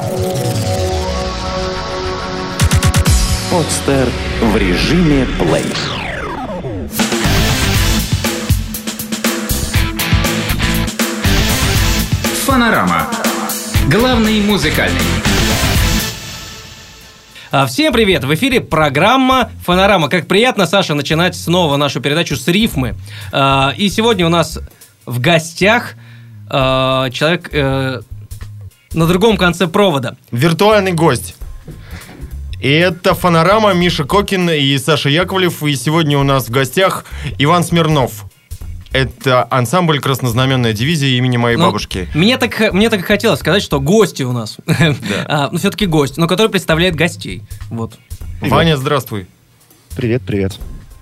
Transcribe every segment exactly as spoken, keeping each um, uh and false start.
Подстер в режиме плей. Фонорама. Главный музыкальный. Всем привет! В эфире программа «Фонорама». Как приятно, Саша, начинать снова нашу передачу с рифмы. И сегодня у нас в гостях человек на другом конце провода. Виртуальный гость. И это «Фонорама», Миша Кокин и Саша Яковлев. И сегодня у нас в гостях Иван Смирнов. Это ансамбль «Краснознаменная дивизия» имени моей но бабушки. Мне так, мне так и хотелось сказать, что гости у нас. Да. а, ну, все-таки гость, но который представляет гостей. Вот. Ваня, здравствуй. Привет, привет.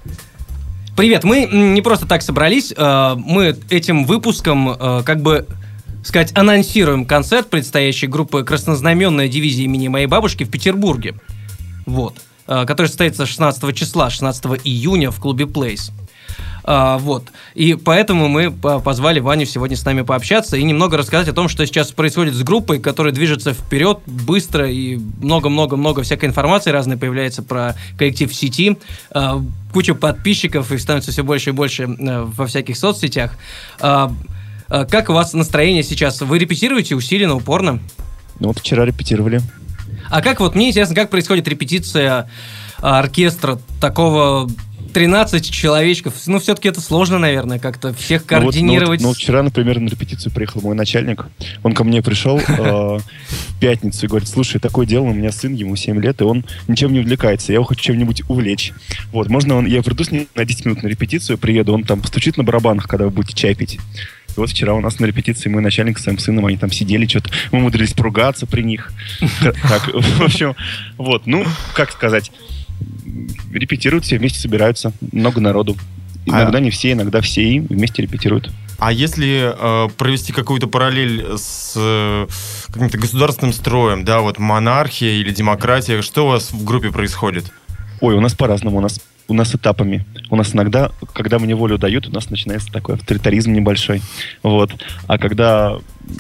Привет. Мы не просто так собрались. Мы этим выпуском, как бы сказать, анонсируем концерт предстоящей группы «Краснознаменная дивизия» имени моей бабушки в Петербурге. Вот. Который состоится шестнадцатого числа, шестнадцатого июня в клубе Place. А, вот. И поэтому мы позвали Ваню сегодня с нами пообщаться и немного рассказать о том, что сейчас происходит с группой, которая движется вперед быстро, и много-много-много всякой информации разной появляется про коллектив в сети. А, куча подписчиков, их становится все больше и больше во всяких соцсетях. А, а как у вас настроение сейчас? Вы репетируете усиленно, упорно? Ну вот вчера репетировали. А как вот, мне интересно, как происходит репетиция оркестра такого... тринадцать человечков. Ну, все-таки это сложно, наверное, как-то всех координировать. Ну, вот, ну, вот, ну, вчера, например, на репетицию приехал мой начальник. Он ко мне пришел э, в пятницу и говорит: слушай, такое дело, у меня сын, ему семь лет, и он ничем не увлекается. Я его хочу чем-нибудь увлечь. Вот, можно он, я приду с ним на десять минут на репетицию, приеду, он там постучит на барабанах, когда вы будете чай пить. И вот вчера у нас на репетиции мой начальник с своим сыном, они там сидели, что-то, мы умудрились поругаться при них. Так, в общем, вот, ну, как сказать... Репетируют, все вместе собираются, много народу. Иногда а... не все, иногда все и вместе репетируют. А если э, провести какую-то параллель с э, каким-то государственным строем, да, вот монархия или демократия, что у вас в группе происходит? Ой, у нас по-разному, у нас, у нас этапами. У нас иногда, когда мне волю дают, у нас начинается такой авторитаризм небольшой. Вот. А когда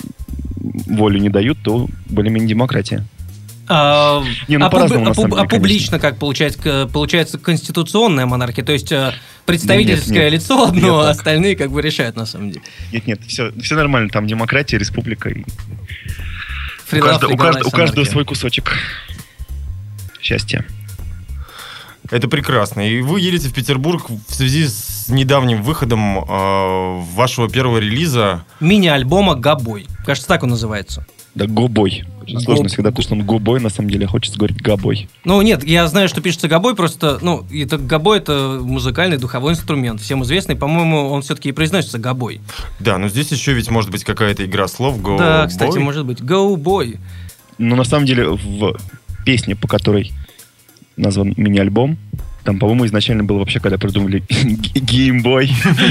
волю не дают, то более-менее демократия. А, не, ну, а, пуб, а, пуб, деле, а публично как получается, получается конституционная монархия, то есть представительское нет, нет, лицо одно, а остальные как бы решают на самом деле. Нет, нет, все, все нормально, там демократия, республика. И... Фридав, у, каждого, у, каждого, у каждого свой кусочек счастья. Это прекрасно. И вы едете в Петербург в связи с недавним выходом э, вашего первого релиза. Мини-альбома «Гобой». Кажется, так он называется. Да, «Гобой». Очень сложно Гоб... всегда, потому что он «Гобой», на самом деле, хочется говорить «Гобой». Ну, нет, я знаю, что пишется «Гобой», просто, ну, это «Гобой» — это музыкальный духовой инструмент, всем известный, по-моему, он все-таки и произносится «Гобой». Да, но здесь еще ведь может быть какая-то игра слов «Go Да, кстати, boy». может быть «Go boy». Но на самом деле в песне, по которой назван мини-альбом, там, по-моему, изначально было вообще, когда придумали «Геймбой».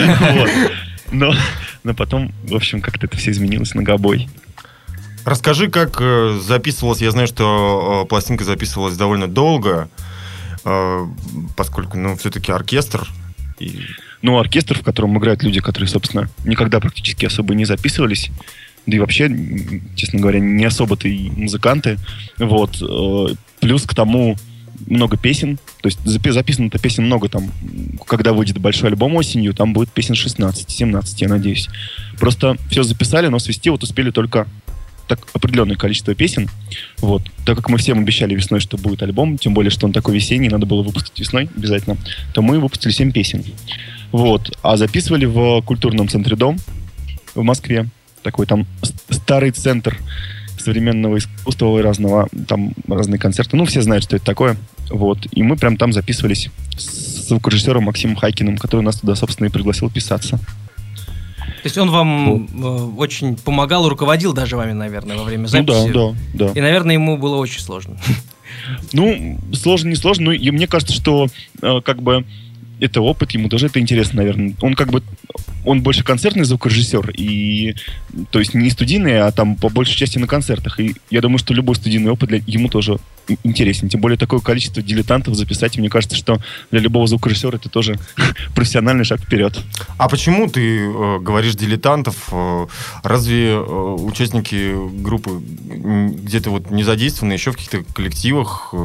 Но потом, в общем, как-то это все изменилось на «Гобой». Расскажи, как э, записывалась. Я знаю, что э, пластинка записывалась довольно долго, э, поскольку, ну, все-таки оркестр. И... Ну, оркестр, в котором играют люди, которые, собственно, никогда практически особо не записывались. Да и вообще, честно говоря, не особо-то и музыканты. Вот. Э, плюс к тому много песен. То есть записано-то песен много там. Когда выйдет большой альбом осенью, там будет песен шестнадцать-семнадцать, я надеюсь. Просто все записали, но свести вот успели только... так определенное количество песен. Вот. Так как мы всем обещали весной, что будет альбом, тем более, что он такой весенний, надо было выпустить весной обязательно, то мы выпустили семь песен. Вот. А записывали в культурном центре «Дом» в Москве. Такой там старый центр современного искусства и разного, там разные концерты. Ну, все знают, что это такое. Вот. И мы прям там записывались с звукорежиссером Максимом Хайкиным, который нас туда, собственно, и пригласил писаться. То есть он вам вот. очень помогал, руководил даже вами, наверное, во время записи. Ну да, да, да. И, наверное, ему было очень сложно. Ну, сложно, не сложно, но и мне кажется, что э, как бы это опыт, ему тоже это интересно, наверное. Он как бы, он больше концертный звукорежиссер, и, то есть не студийный, а там по большей части на концертах. И я думаю, что любой студийный опыт для, ему тоже интересен. Тем более такое количество дилетантов записать, мне кажется, что для любого звукорежиссера это тоже профессиональный шаг вперед. А почему ты э, говоришь дилетантов? Разве э, участники группы где-то вот не задействованы еще в каких-то коллективах.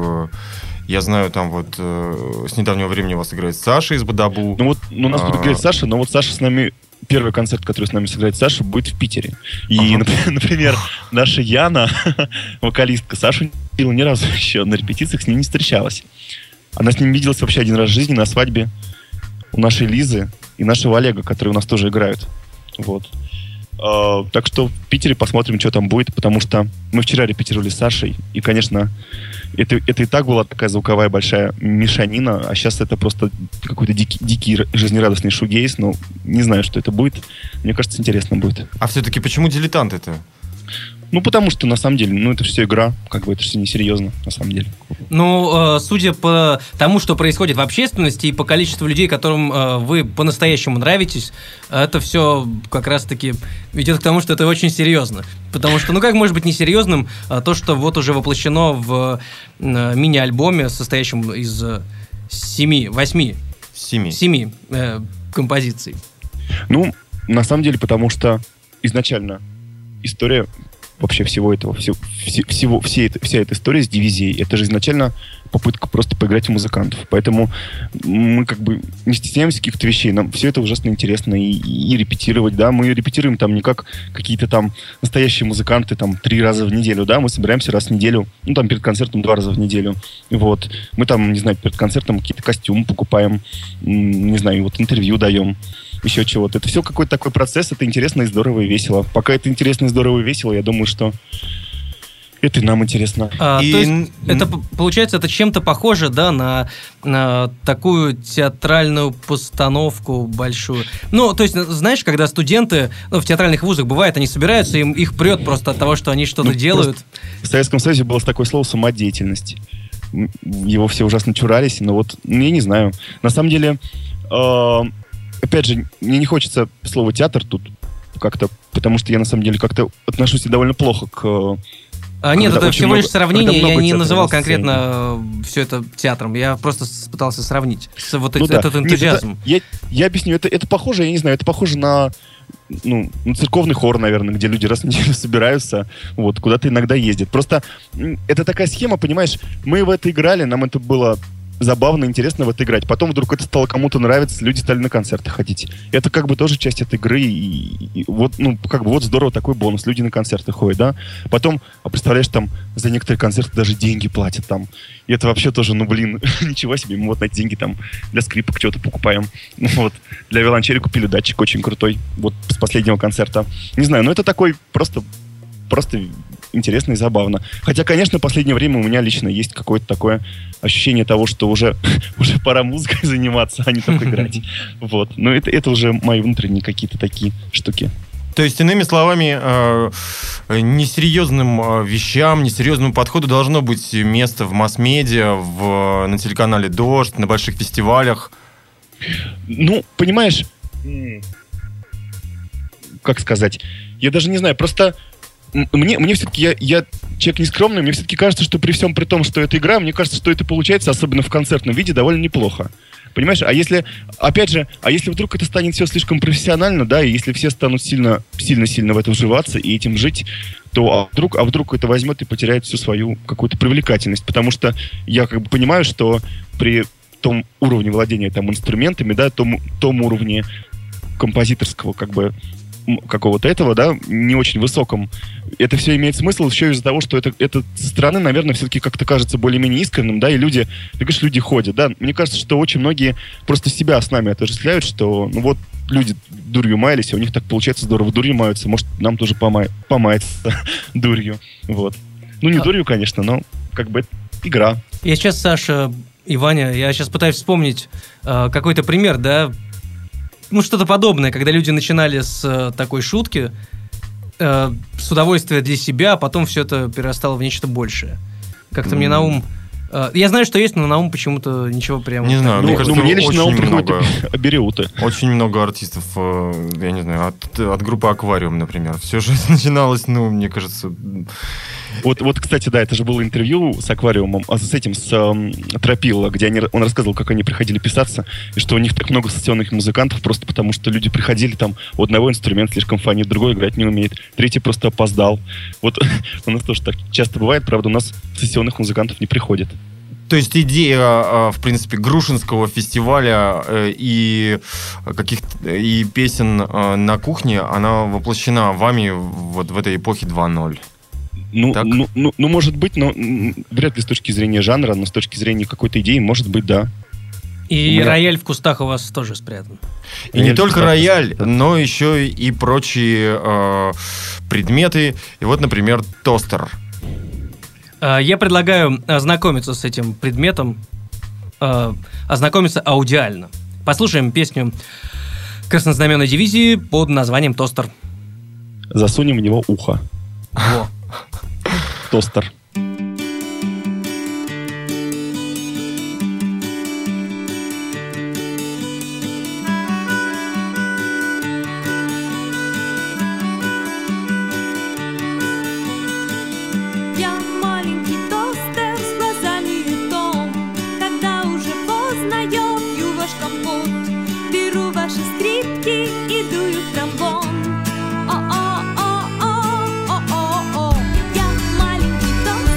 Я знаю, там вот с недавнего времени у вас играет Саша из Бадабу. Ну вот ну, у нас будет играть Саша, но вот Саша с нами... Первый концерт, который с нами сыграет Саша, будет в Питере. И, ага. например, наша Яна, вокалистка, Сашу не видела ни разу еще, на репетициях с ней не встречалась. Она с ним виделась вообще один раз в жизни на свадьбе у нашей Лизы и нашего Олега, которые у нас тоже играют. Вот. А, так что в Питере посмотрим, что там будет, потому что мы вчера репетировали с Сашей, и, конечно, это, это и так была такая звуковая большая мешанина, а сейчас это просто какой-то дикий, дикий жизнерадостный шугейс, но не знаю, что это будет. Мне кажется, интересно будет. А все-таки почему дилетанты-то? Ну, потому что, на самом деле, ну, это все игра, как бы это все несерьезно, на самом деле. Ну, э, судя по тому, что происходит в общественности и по количеству людей, которым э, вы по-настоящему нравитесь, это все как раз-таки ведет к тому, что это очень серьезно. Потому что, ну, как может быть несерьезным э, то, что вот уже воплощено в э, мини-альбоме, состоящем из э, семи, восьми, семи, семи э, композиций? Ну, на самом деле, потому что изначально история... вообще всего этого, все, все, всего, все это, вся эта история с дивизией, это же изначально попытка просто поиграть в музыкантов. Поэтому мы как бы не стесняемся каких-то вещей, нам все это ужасно интересно и, и репетировать, да, мы репетируем там не как какие-то там настоящие музыканты там три раза в неделю, да, мы собираемся раз в неделю, ну там перед концертом два раза в неделю, вот. Мы там, не знаю, перед концертом какие-то костюмы покупаем, не знаю, вот интервью даем, еще чего-то. Это все какой-то такой процесс, это интересно и здорово и весело. Пока это интересно и здорово и весело, я думаю, что это и нам интересно. А, и... То есть, это, получается, это чем-то похоже, да, на, на такую театральную постановку большую. Ну, то есть, знаешь, когда студенты, ну, в театральных вузах бывает, они собираются, им их прет просто от того, что они что-то ну, делают. В Советском Союзе было такое слово «самодеятельность». Его все ужасно чурались, но вот, ну, я не знаю. На самом деле... Э- Опять же, мне не хочется слово «театр» тут как-то, потому что я, на самом деле, как-то отношусь довольно плохо к... А, нет, это всего много, лишь сравнение, я не называл на конкретно все это театром, я просто пытался сравнить вот ну, этот да. энтузиазм. Нет, это, я, я объясню, это, это похоже, я не знаю, это похоже на, ну, на церковный хор, наверное, где люди раз в неделю собираются, вот, куда-то иногда ездят. Просто это такая схема, понимаешь, мы в это играли, нам это было... забавно, интересно в это играть. Потом вдруг это стало кому-то нравиться, люди стали на концерты ходить. Это как бы тоже часть этой игры. И, и вот, ну, как бы вот здорово такой бонус. Люди на концерты ходят, да? Потом, а представляешь, там за некоторые концерты даже деньги платят там. И это вообще тоже, ну, блин, ничего себе. Мы вот на эти деньги там для скрипок что-то покупаем. Вот. Для виолончели купили датчик очень крутой. Вот с последнего концерта. Не знаю, но это такой просто... просто интересно и забавно. Хотя, конечно, в последнее время у меня лично есть какое-то такое ощущение того, что уже, уже пора музыкой заниматься, а не только играть. Вот. Но это, это уже мои внутренние какие-то такие штуки. То есть, иными словами, э, несерьезным э, вещам, несерьезному подходу должно быть место в масс-медиа, в, на телеканале «Дождь», на больших фестивалях? Ну, понимаешь, как сказать, я даже не знаю, просто Мне, мне все-таки, я, я человек нескромный, мне все-таки кажется, что при всем при том, что это игра, мне кажется, что это получается, особенно в концертном виде, довольно неплохо. Понимаешь? А если, опять же, а если вдруг это станет все слишком профессионально, да, и если все станут сильно, сильно-сильно в это вживаться и этим жить, то а вдруг, а вдруг это возьмет и потеряет всю свою какую-то привлекательность. Потому что я как бы понимаю, что при том уровне владения там инструментами, да, том, том уровне композиторского, как бы, какого-то этого, да, не очень высоком. Это все имеет смысл еще из-за того, что это, это со стороны, наверное, все-таки как-то кажется более-менее искренним, да, и люди, ты говоришь, люди ходят, да. Мне кажется, что очень многие просто себя с нами отождествляют, что, ну вот, люди дурью маялись, а у них так получается здорово, дурью маются, может, нам тоже помай- помаяться дурью, вот. Ну, не а... дурью, конечно, но как бы игра. Я сейчас, Саша и Ваня, я сейчас пытаюсь вспомнить э, какой-то пример, да, ну, что-то подобное, когда люди начинали с э, такой шутки, э, с удовольствия для себя, а потом все это перерастало в нечто большее. Как-то mm. мне на ум... Э, я знаю, что есть, но на ум почему-то ничего прямо... Не знаю, ну, мне кажется, ну, мне лично на ум много... Абериуты. Очень много артистов, э, я не знаю, от, от группы «Аквариум», например. Все же начиналось, ну, мне кажется... Вот, вот, кстати, да, это же было интервью с аквариумом, а с этим, с эм, Тропило, где они, он рассказывал, как они приходили писаться, и что у них так много сессионных музыкантов, просто потому что люди приходили, там, у одного инструмент слишком фонит, другой играть не умеет, третий просто опоздал. Вот у нас тоже так часто бывает, правда, у нас сессионных музыкантов не приходит. То есть идея, в принципе, Грушинского фестиваля и каких-то и песен на кухне, она воплощена вами вот в этой эпохе два ноль. Ну, ну, ну, ну, может быть, но вряд ли с точки зрения жанра, но с точки зрения какой-то идеи, может быть, да. И меня... рояль в кустах у вас тоже спрятан. И рояль не только рояль, но еще и прочие э, предметы. И вот, например, тостер. Я предлагаю ознакомиться с этим предметом, э, ознакомиться аудиально. Послушаем песню краснознаменной дивизии под названием «Тостер». Засунем в него ухо. Во. Тостер. Я маленький тостер.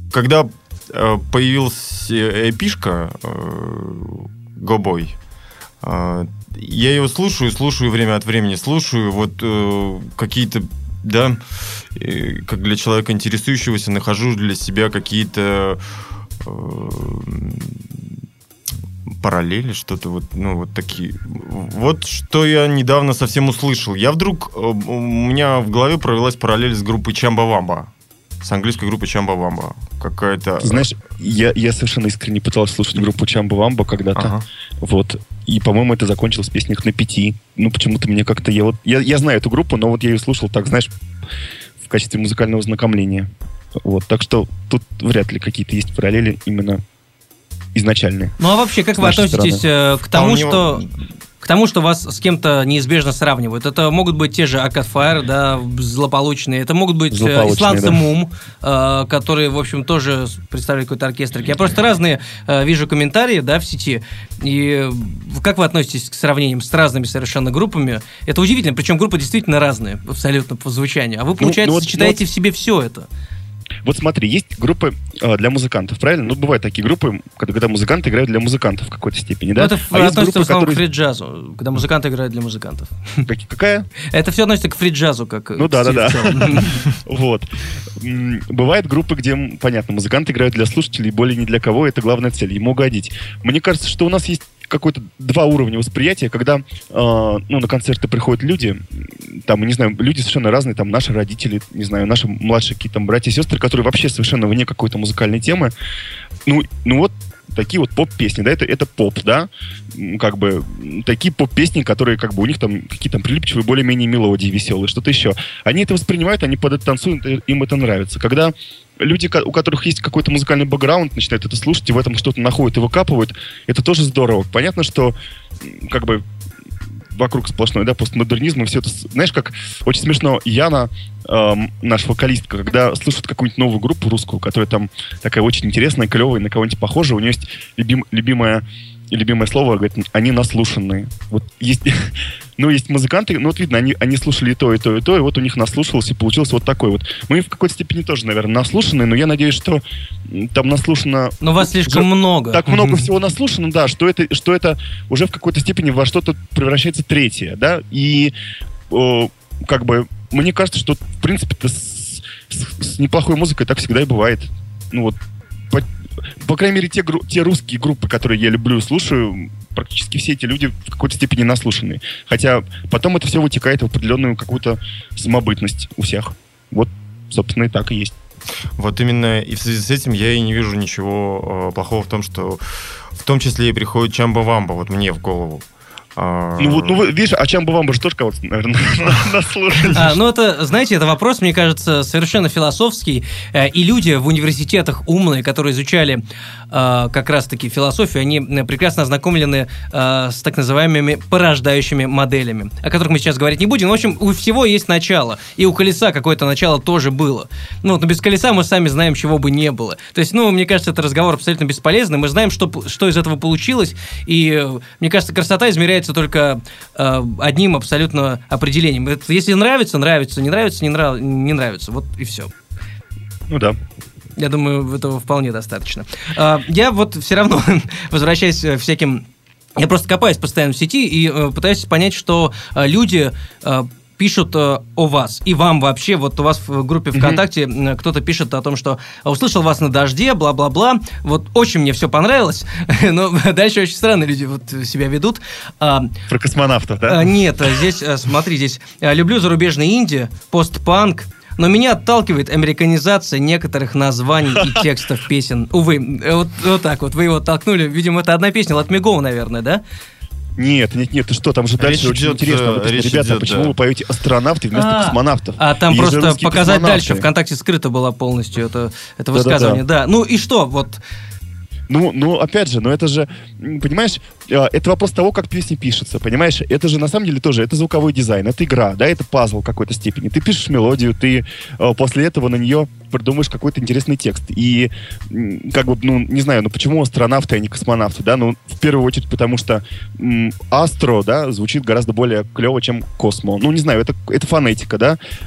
когда э, появился эпишка э, Go-Boy, э, я его слушаю, слушаю время от времени, слушаю вот э, какие-то, да, э, как для человека интересующегося, нахожу для себя какие-то э, параллели, что-то вот, ну, вот такие. Вот что я недавно совсем услышал. Я вдруг, у меня в голове провелась параллель с группой Чамба-Вамба. С английской группой Чамба-Вамба. Какая-то... Ты знаешь, я, я совершенно искренне пытался слушать группу Чамба-Вамба когда-то. Ага. Вот. И, по-моему, это закончилось в песнях на пяти. Ну, почему-то мне как-то... Я, вот, я, я знаю эту группу, но вот я ее слушал так, знаешь, в качестве музыкального знакомления. Вот. Так что тут вряд ли какие-то есть параллели именно изначальные. Ну, а вообще, как вы относитесь стороны? к тому, Вполне... что... К тому, что вас с кем-то неизбежно сравнивают. Это могут быть те же Arcade Fire, да, злополучные. Это могут быть Исландцы да. Мум, э, которые, в общем, тоже представляют какой-то оркестрик. Я просто разные э, вижу комментарии, да, в сети. И как вы относитесь к сравнениям с разными совершенно группами? Это удивительно. Причем группы действительно разные, абсолютно по звучанию. А вы, получается, ну, ну, сочетаете ну, в себе все это. Вот смотри, есть группы э, для музыкантов, правильно? Ну, бывают такие группы, когда, когда музыканты играют для музыкантов в какой-то степени, да? Но это а относится группы, в основном которые... к фри-джазу, когда музыканты играют для музыкантов. Как, какая? Это все относится к фри-джазу, как... Ну да, да, да. Вот. Бывают группы, где, понятно, музыканты играют для слушателей, более ни для кого, это главная цель, ему угодить. Мне кажется, что у нас есть какой-то два уровня восприятия, когда э, ну, на концерты приходят люди, там, не знаю, люди совершенно разные, там, наши родители, не знаю, наши младшие какие-то там братья и сестры, которые вообще совершенно вне какой-то музыкальной темы. Ну, ну вот такие вот поп-песни, да, это, это поп, да, как бы такие поп-песни, которые как бы у них там какие-то прилипчивые, более-менее мелодии веселые, что-то еще. Они это воспринимают, они под это танцуют, им это нравится. Когда люди, у которых есть какой-то музыкальный бэкграунд, начинают это слушать и в этом что-то находят и выкапывают, это тоже здорово. Понятно, что как бы вокруг сплошной, да, постмодернизм и все это, знаешь, как очень смешно Яна, эм, наш вокалистка, когда слушает какую-нибудь новую группу русскую, которая там такая очень интересная, клевая, на кого-нибудь похожа, у нее есть любим, любимая и любимое слово, говорит, они наслушанные. Вот есть, ну, есть музыканты, ну, вот видно, они, они слушали и то, и то, и то, и вот у них наслушалось, и получилось вот такой вот. Мы в какой-то степени тоже, наверное, наслушанные, но я надеюсь, что там наслушано... Но вас слишком много. Так много всего наслушано, да, что это, что это уже в какой-то степени во что-то превращается третье, да, и о, как бы мне кажется, что, в принципе, с, с, с неплохой музыкой так всегда и бывает. Ну, вот, по, по крайней мере, те, те русские группы, которые я люблю и слушаю, практически все эти люди в какой-то степени наслушанные. Хотя потом это все вытекает в определенную какую-то самобытность у всех. Вот, собственно, и так и есть. Вот именно и в связи с этим я и не вижу ничего э, плохого в том, что в том числе и приходит Чамба-Вамба, вот мне в голову. Ну вот, ну видишь, а Чамба-Вамба же тоже кого-то, наверное, наслушали. А, ну это, знаете, это вопрос, мне кажется, совершенно философский. И люди в университетах умные, которые изучали э, как раз-таки философию, они прекрасно ознакомлены э, с так называемыми порождающими моделями, о которых мы сейчас говорить не будем. В общем, у всего есть начало. И у колеса какое-то начало тоже было. Ну вот, но без колеса мы сами знаем, чего бы не было. То есть, ну, мне кажется, это разговор абсолютно бесполезный. Мы знаем, что, что из этого получилось. И, мне кажется, красота измеряется только э, одним абсолютно определением. Это, если нравится, нравится, не нравится, не, нрав... не нравится. Вот и все. Ну да. Я думаю, этого вполне достаточно. Э, я вот все равно, возвращаясь к всяким... Я просто копаюсь постоянно в сети и э, пытаюсь понять, что э, люди... Э, пишут э, о вас, и вам вообще, вот у вас в группе ВКонтакте mm-hmm. кто-то пишет о том, что услышал вас на дожде, бла-бла-бла, вот очень мне все понравилось, но дальше очень странно люди вот себя ведут. А, Про космонавтов, да? А, нет, здесь, смотри, здесь люблю зарубежный инди, постпанк, но меня отталкивает американизация некоторых названий и текстов песен. Увы, вот, вот так вот, вы его оттолкнули, видимо, это одна песня, Латмигоу, наверное, да? Нет, нет, нет, ты что, там же дальше речь очень идет, интересно. Вот, речь ребята, идет, почему да. вы поете астронавты вместо а, космонавтов? А там Есть просто показать космонавты. дальше, ВКонтакте скрыто было полностью это, это высказывание. Да-да-да. Да, ну и что, вот... Ну, ну, опять же, ну это же, понимаешь, это вопрос того, как песня пишется, понимаешь? Это же на самом деле тоже, это звуковой дизайн, это игра, да, это пазл в какой-то степени. Ты пишешь мелодию, ты после этого на нее придумаешь какой-то интересный текст. И как бы, ну, не знаю, ну почему астронавты, а не космонавты, да? Ну, в первую очередь, потому что м, астро, да, звучит гораздо более клево, чем космо. Ну, не знаю, это, это фонетика, да?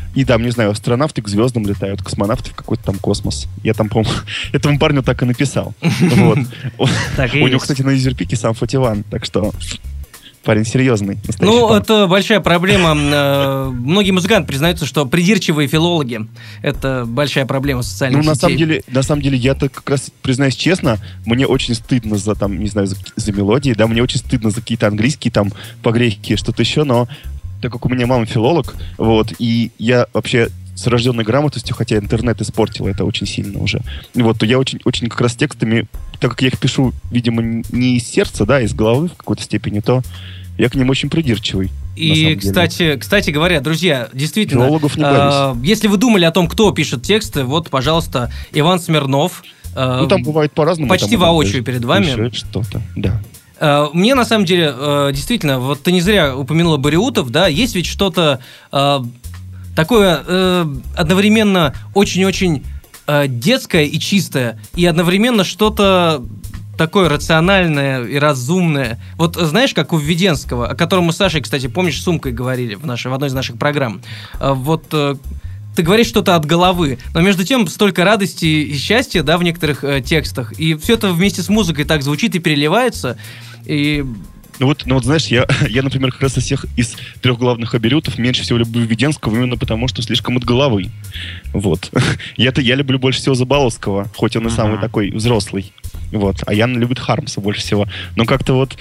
И там, не знаю, астронавты к звездам летают, космонавты в какой-то там космос. Я там, по-моему, этому парню так и написал. Вот. У него, кстати, на юзерпике сам Фотиван, так что... Парень серьезный. Ну, парень. Это большая проблема. Многие музыканты признаются, что придирчивые филологи — это большая проблема социальных ну, сетей. На самом деле, на самом деле, я-то как раз признаюсь честно, мне очень стыдно за, там, не знаю, за, за мелодии, да, мне очень стыдно за какие-то английские, там, погрехи, что-то еще, но так как у меня мама филолог, вот, и я вообще с рожденной грамотностью, хотя интернет испортил это очень сильно уже, вот, то я очень, очень как раз текстами, так как я их пишу, видимо, не из сердца, да, а из головы в какой-то степени, то я к ним очень придирчивый. И, кстати, кстати говоря, друзья, действительно, филологов не боюсь. Э, если вы думали о том, кто пишет тексты, вот, пожалуйста, Иван Смирнов. Э, ну, там бывает по-разному. Почти там, воочию перед вами. Что-то, да. Э, мне, на самом деле, э, действительно, вот ты не зря упомянула Бариутов, да, есть ведь что-то э, такое э, одновременно очень-очень э, детское и чистое, и одновременно что-то такое рациональное и разумное. Вот знаешь, как у Введенского, о котором мы с Сашей, кстати, помнишь, с Сумкой говорили в, нашей, в одной из наших программ. Вот ты говоришь что-то от головы, но между тем столько радости и счастья, да, в некоторых э, текстах, и все это вместе с музыкой так звучит и переливается, и... Ну вот, ну вот знаешь, я, я, например, как раз из всех из трех главных аберютов меньше всего люблю Введенского именно потому, что слишком от головы. Вот. Я-то я люблю больше всего Заболоцкого, хоть он и самый uh-huh. такой взрослый. Вот. А Яна любит Хармса больше всего. Но как-то вот...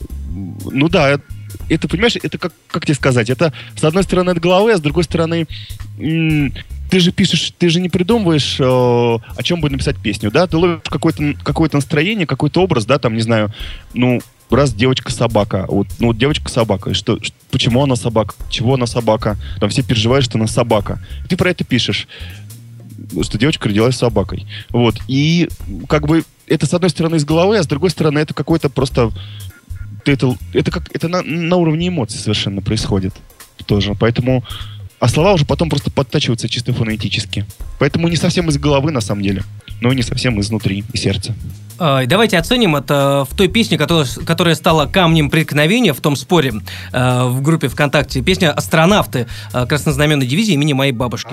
Ну да, это, понимаешь, это как, как тебе сказать? Это, с одной стороны, от головы, а с другой стороны... М- ты же пишешь, ты же не придумываешь, э, о чем будет написать песню, да? Ты ловишь какое-то, какое-то настроение, какой-то образ, да, там, не знаю, ну... Раз девочка-собака, вот, ну вот девочка-собака, что, что, почему она собака, чего она собака, там все переживают, что она собака. И ты про это пишешь, что девочка родилась собакой. Вот, и как бы это с одной стороны из головы, а с другой стороны это какой-то просто, это, это, как, это на, на уровне эмоций совершенно происходит тоже, поэтому, а слова уже потом просто подтачиваются чисто фонетически. Поэтому не совсем из головы на самом деле, но и не совсем изнутри, из сердца. Давайте оценим это в той песне, которая, которая стала камнем преткновения в том споре э, в группе ВКонтакте. Песня «Астронавты» э, краснознаменной дивизии имени моей бабушки.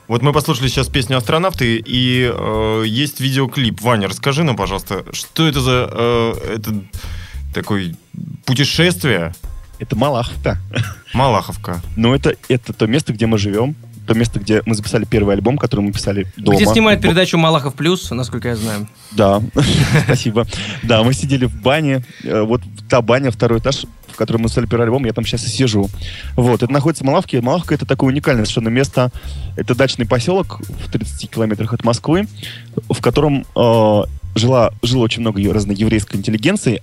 Вот мы послушали сейчас песню «Астронавты», и э, есть видеоклип. Ваня, расскажи нам, пожалуйста, что это за э, это такое путешествие? Это Малаховка. Малаховка. Ну, это, это то место, где мы живем, то место, где мы записали первый альбом, который мы писали дома. Где снимают передачу «Малахов плюс», насколько я знаю. Да, спасибо. Да, мы сидели в бане. Вот та баня, второй этаж, в котором мы записали первый альбом, я там сейчас и сижу. Вот, это находится в Малаховке. Малаховка — это такое уникальное совершенно место. Это дачный поселок в тридцати километрах от Москвы, в котором э, жила, жило очень много разной еврейской интеллигенции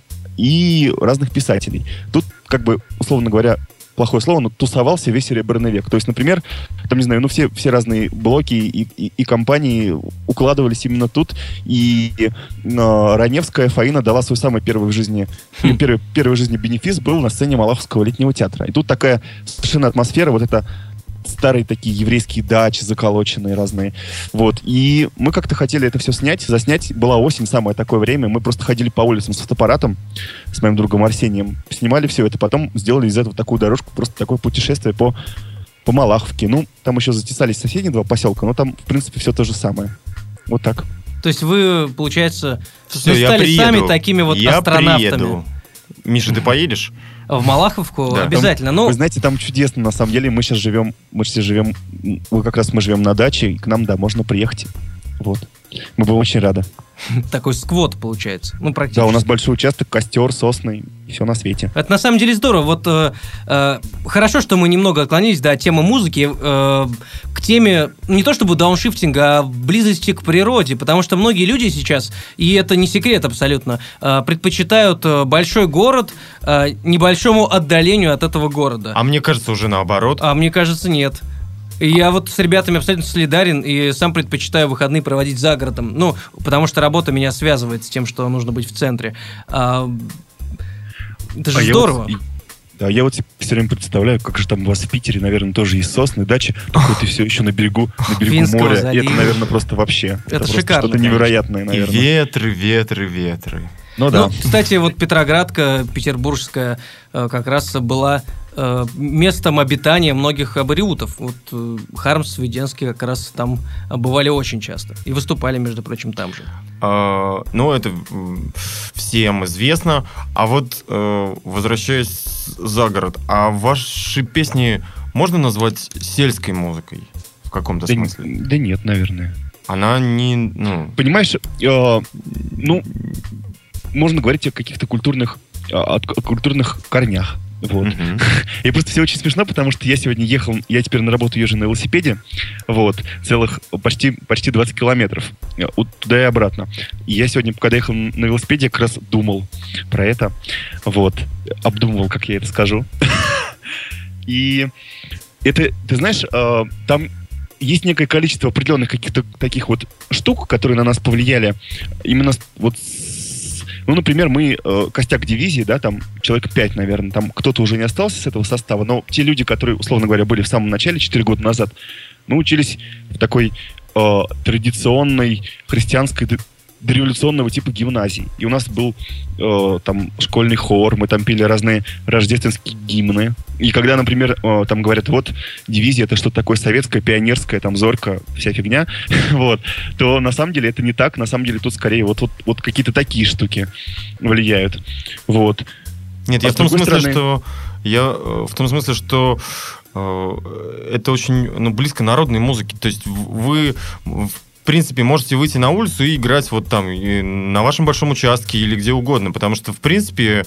и разных писателей. Тут, как бы, условно говоря, плохое слово, но тусовался весь Серебряный век. То есть, например, там, не знаю, ну, все, все разные блоки и, и, и компании укладывались именно тут, и э, Раневская Фаина дала свой самый первый в жизни, хм. первый, первый в жизни бенефис был на сцене Малаховского летнего театра. И тут такая совершенно атмосфера, вот это старые такие еврейские дачи заколоченные разные. Вот. И мы как-то хотели это все снять, заснять. Была осень, самое такое время. Мы просто ходили по улицам с фотоаппаратом с моим другом Арсением. Снимали все это. Потом сделали из этого такую дорожку, просто такое путешествие по, по Малаховке. Ну, там еще затесались соседние два поселка, но там, в принципе, все то же самое. Вот так. То есть вы, получается, все, стали приеду. сами такими вот я астронавтами. Приеду. Миша, ты поедешь? В Малаховку? Да. Обязательно. Там, ну... Вы знаете, там чудесно, на самом деле. Мы сейчас живем, мы сейчас живем, мы как раз мы живем на даче, и к нам, да, можно приехать. Вот. Мы будем очень рады. Такой сквот получается. Ну, практически. Да, у нас большой участок, костер, сосны, и все на свете. Это на самом деле здорово. Вот э, э, хорошо, что мы немного отклонились до темы музыки, э, к теме не то чтобы дауншифтинга, а близости к природе, потому что многие люди сейчас, и это не секрет абсолютно, э, предпочитают большой город э, небольшому отдалению от этого города. А мне кажется, уже наоборот. А мне кажется, нет. Я вот с ребятами абсолютно солидарен и сам предпочитаю выходные проводить за городом. Ну, потому что работа меня связывает с тем, что нужно быть в центре. А, это же а здорово. Я вот, да, я вот все время представляю, как же там у вас в Питере, наверное, тоже есть сосны, дачи, только ты все еще на берегу, на берегу Финского моря. залива. И это, наверное, просто вообще. Это, это Что-то шикарно, конечно. невероятное, наверное. И ветры, ветры, ветры. Ну да. Ну, кстати, вот Петроградка, петербургская, как раз была местом обитания многих абориутов. Вот Хармс, Веденский как раз там бывали очень часто. И выступали, между прочим, там же. А, ну, это всем известно. А вот, возвращаясь за город, а ваши песни можно назвать сельской музыкой в каком-то да, смысле? Да нет, наверное. Она не... Ну... Понимаешь, э, ну, можно говорить о каких-то культурных, о, о культурных корнях. Вот. Mm-hmm. И просто все очень смешно, потому что я сегодня ехал, я теперь на работу езжу на велосипеде, вот, целых почти, почти двадцать километров, вот, туда и обратно. И я сегодня, когда ехал на велосипеде, как раз думал про это, вот, обдумывал, как я это скажу. И это, ты знаешь, там есть некое количество определенных каких-то таких вот штук, которые на нас повлияли именно вот. Ну, например, мы, э, костяк дивизии, да, там человек пять, наверное, там кто-то уже не остался с этого состава, но те люди, которые, условно говоря, были в самом начале, четыре года назад, мы учились в такой э, традиционной христианской дореволюционного типа гимназии. И у нас был э, там школьный хор, мы там пели разные рождественские гимны. И когда, например, э, там говорят, вот, дивизия — это что-то такое советское, пионерское, там, зорька, вся фигня, вот, то на самом деле это не так. На самом деле тут скорее вот, вот, вот какие-то такие штуки влияют. Вот. Нет, а я в том смысле, стороны... что я в том смысле, что э, это очень ну, близко народной музыке. То есть вы в принципе, можете выйти на улицу и играть вот там, на вашем большом участке или где угодно, потому что, в принципе,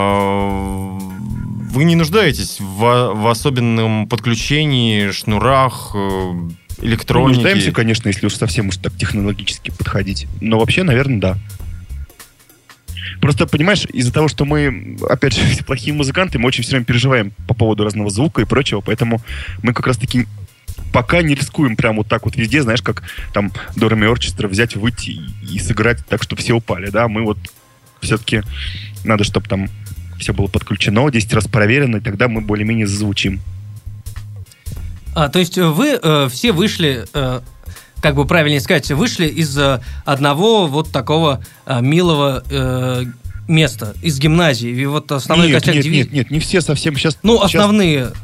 вы не нуждаетесь в, в особенном подключении, шнурах, электроники. Мы нуждаемся, конечно, если уж совсем уж так технологически подходить. Но вообще, наверное, да. Просто, понимаешь, из-за того, что мы, опять же, все плохие музыканты, мы очень все время переживаем по поводу разного звука и прочего, поэтому мы как раз-таки пока не рискуем прям вот так вот везде, знаешь, как там Дорами Орчестра взять, выйти и, и сыграть так, чтобы все упали, да, мы вот все-таки надо, чтобы там все было подключено, десять раз проверено, и тогда мы более-менее зазвучим. А, то есть вы э, все вышли, э, как бы правильнее сказать, вышли из э, одного вот такого э, милого э, места, из гимназии, и вот основной нет, костяк нет, дивизии... Нет, нет, не все совсем сейчас... Ну, сейчас... основные...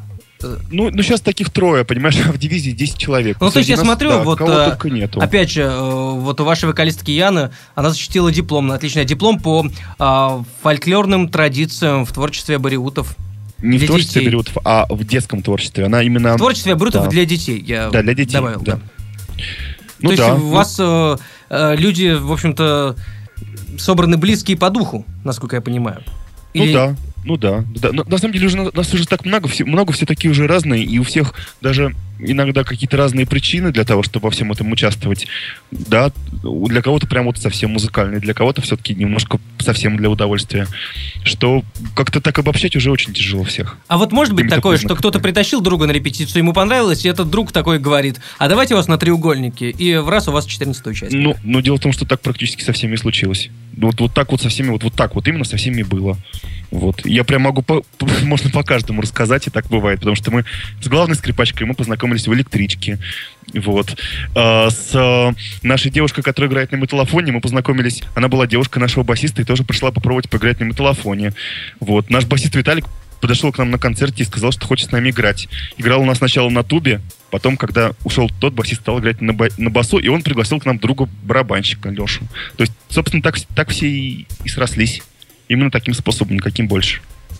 Ну, ну, сейчас таких трое, понимаешь, а в дивизии десять человек. Ну, то есть я нас, смотрю, да, вот, кого а, только нету. опять же, вот у вашей вокалистки Яны, она защитила диплом, отличный диплом по а, фольклорным традициям в творчестве абориутов. Не для в творчестве детей. абориутов, а в детском творчестве. Она именно... В творчестве абориутов Да. для детей, я Да, для детей, добавил, да. да. Ну, то да, есть у ну, вас э, э, люди, в общем-то, собраны близкие по духу, насколько я понимаю. Ну Или- да, ну да. да. Но, на самом деле уже, нас уже так много, все, много все такие уже разные, и у всех даже иногда какие-то разные причины для того, чтобы во всем этом участвовать. Да, для кого-то прям вот совсем музыкальный, для кого-то все-таки немножко совсем для удовольствия. Что как-то так обобщать уже очень тяжело всех. А вот может быть Какими-то такое, что признаками. кто-то притащил друга на репетицию, ему понравилось, и этот друг такой говорит, а давайте вас на треугольнике, и в раз у вас четырнадцатый участник. Ну, но дело в том, что так практически со всеми и случилось. Вот, вот так вот со всеми, вот, вот так вот именно со всеми и было. Вот. Я прям могу, по, по- можно по каждому рассказать, и так бывает, потому что мы с главной скрипачкой мы познакомились в электричке. Вот. А, с а, нашей девушкой, которая играет на металлофоне, мы познакомились, она была девушкой нашего басиста и тоже пришла попробовать поиграть на металлофоне. Вот. Наш басист Виталик подошел к нам на концерте и сказал, что хочет с нами играть. Играл у нас сначала на тубе, потом, когда ушел тот, басист стал играть на, ба- на басу, и он пригласил к нам друга барабанщика Лешу. То есть, собственно, так, так все и, и срослись. Именно таким способом, никаким больше.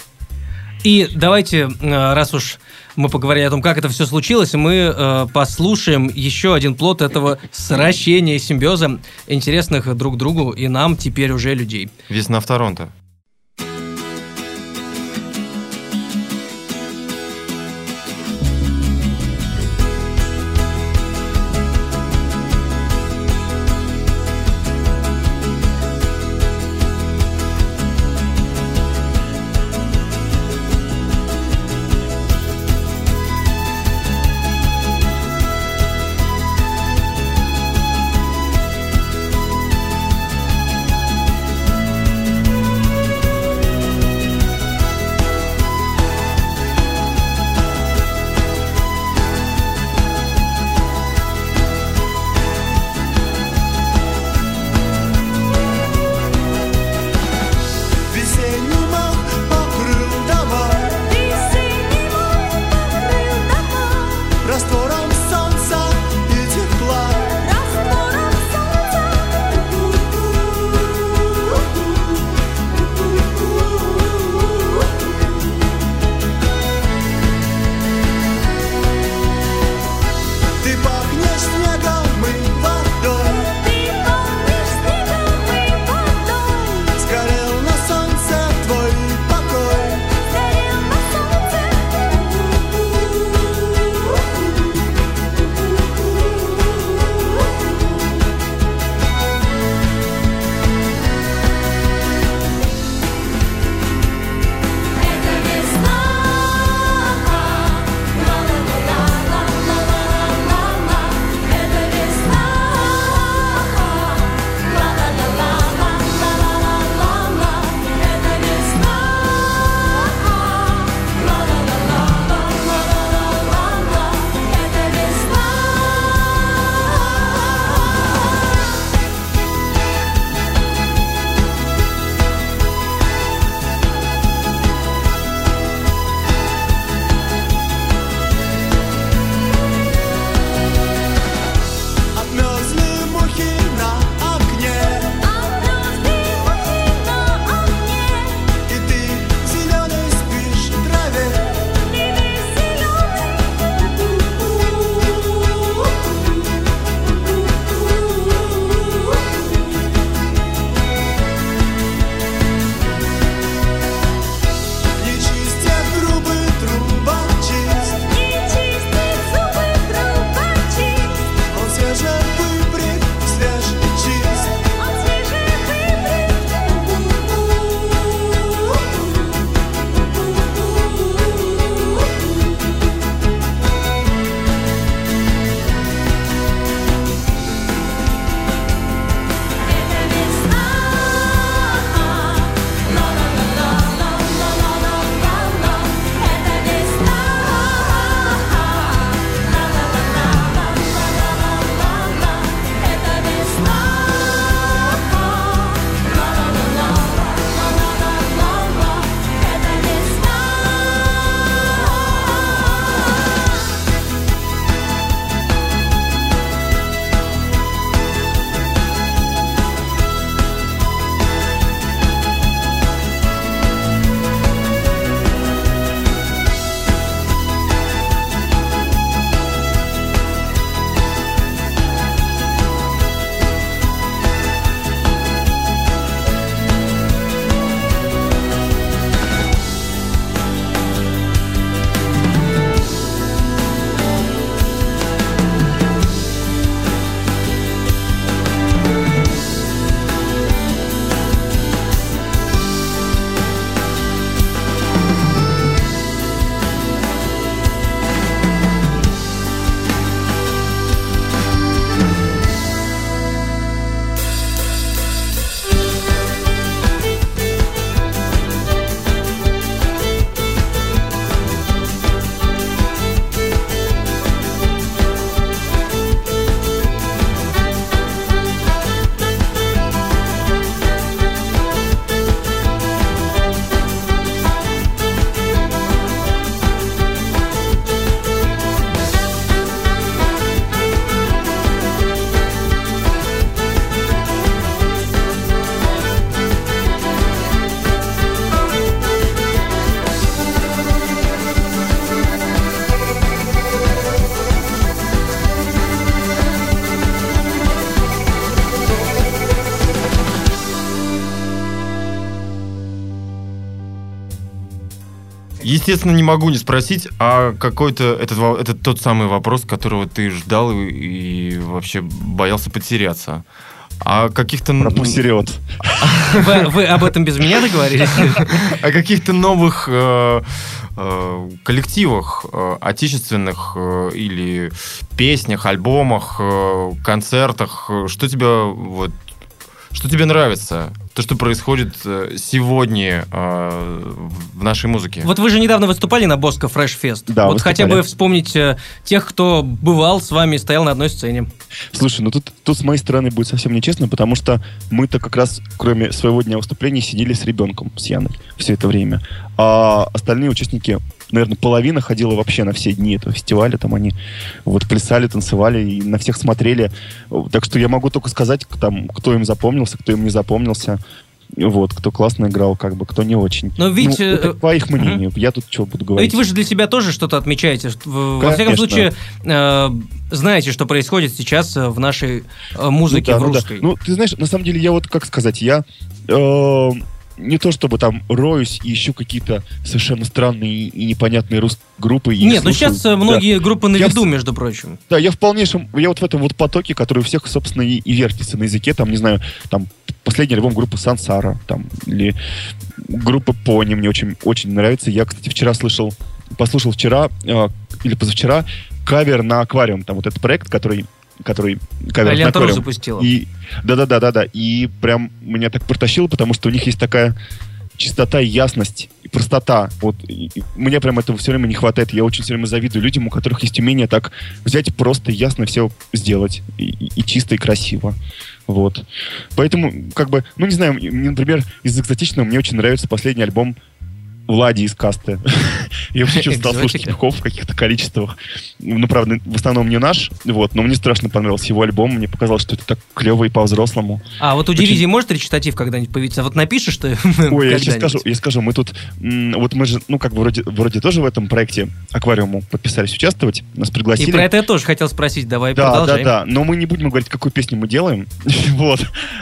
И давайте, э, раз уж мы поговорили о том, как это все случилось, мы э, послушаем еще один плод этого сращения, симбиоза интересных друг другу и нам теперь уже людей. Весна в Торонто. Thank естественно, не могу не спросить, а какой-то этот, это тот самый вопрос, которого ты ждал и, и вообще боялся потеряться. А каких-то... Про пустериот. Вы, вы об этом без меня договорились? О каких-то новых э, э, коллективах, э, отечественных э, или песнях, альбомах, э, концертах. Что тебя, вот, что тебе нравится? То, что происходит сегодня э, в нашей музыке. Вот вы же недавно выступали на Боско Fresh Fest. Да, вот выступали. Хотя бы вспомнить э, тех, кто бывал с вами, стоял на одной сцене. Слушай, ну тут, тут с моей стороны будет совсем нечестно, потому что мы-то как раз, кроме своего дня выступления, сидели с ребенком, с Яной, все это время. А остальные участники, наверное, половина ходила вообще на все дни этого фестиваля. Там они вот плясали, танцевали и на всех смотрели. Так что я могу только сказать, там, кто им запомнился, кто им не запомнился. Вот, кто классно играл, как бы, кто не очень. Но ведь... Ну, это по их мнению. Uh-huh. Я тут что буду говорить. Ведь вы же для себя тоже что-то отмечаете. Во Конечно. всяком случае, э, знаете, что происходит сейчас в нашей э, музыке, ну, да, в ну, русской. Да. Ну, ты знаешь, на самом деле, я вот, как сказать, я... Э, не то чтобы там роюсь и ищу какие-то совершенно странные и непонятные русские группы. И Нет, ну слушаю. сейчас многие да. группы на я виду, в... между прочим. Да, я в полнейшем, я вот в этом вот потоке, который у всех, собственно, и, и вертится на языке, там, не знаю, там, последний альбом группы Сансара, там, или группа Пони мне очень, очень нравится. Я, кстати, вчера слышал, послушал вчера, э, или позавчера, кавер на «Аквариум», там вот этот проект, который который кавер на «Аквариум» запустила. И да-да-да-да-да. И прям меня так протащило, потому что у них есть такая чистота и ясность, и простота. Вот и, и мне прям этого все время не хватает. Я очень все время завидую людям, у которых есть умение так взять просто ясно все сделать. И, и, и чисто, и красиво. Вот. Поэтому, как бы, ну, не знаю, мне, например, из экзотичного мне очень нравится последний альбом Влади из «Касты». Я вообще стал слушать хип-хоп в каких-то количествах. Ну, правда, в основном не наш, вот, но мне страшно понравился его альбом. Мне показалось, что это так клево и по-взрослому. А вот у Очень... дивизии может речитатив когда-нибудь появиться? Вот напишешь ты? Ой, я сейчас скажу, я скажу, мы тут, вот мы же, ну, как бы вроде, вроде тоже в этом проекте «Аквариуму» подписались участвовать, нас пригласили. И про это я тоже хотел спросить, давай да, продолжаем. Да, да, да, но мы не будем говорить, какую песню мы делаем. Вот.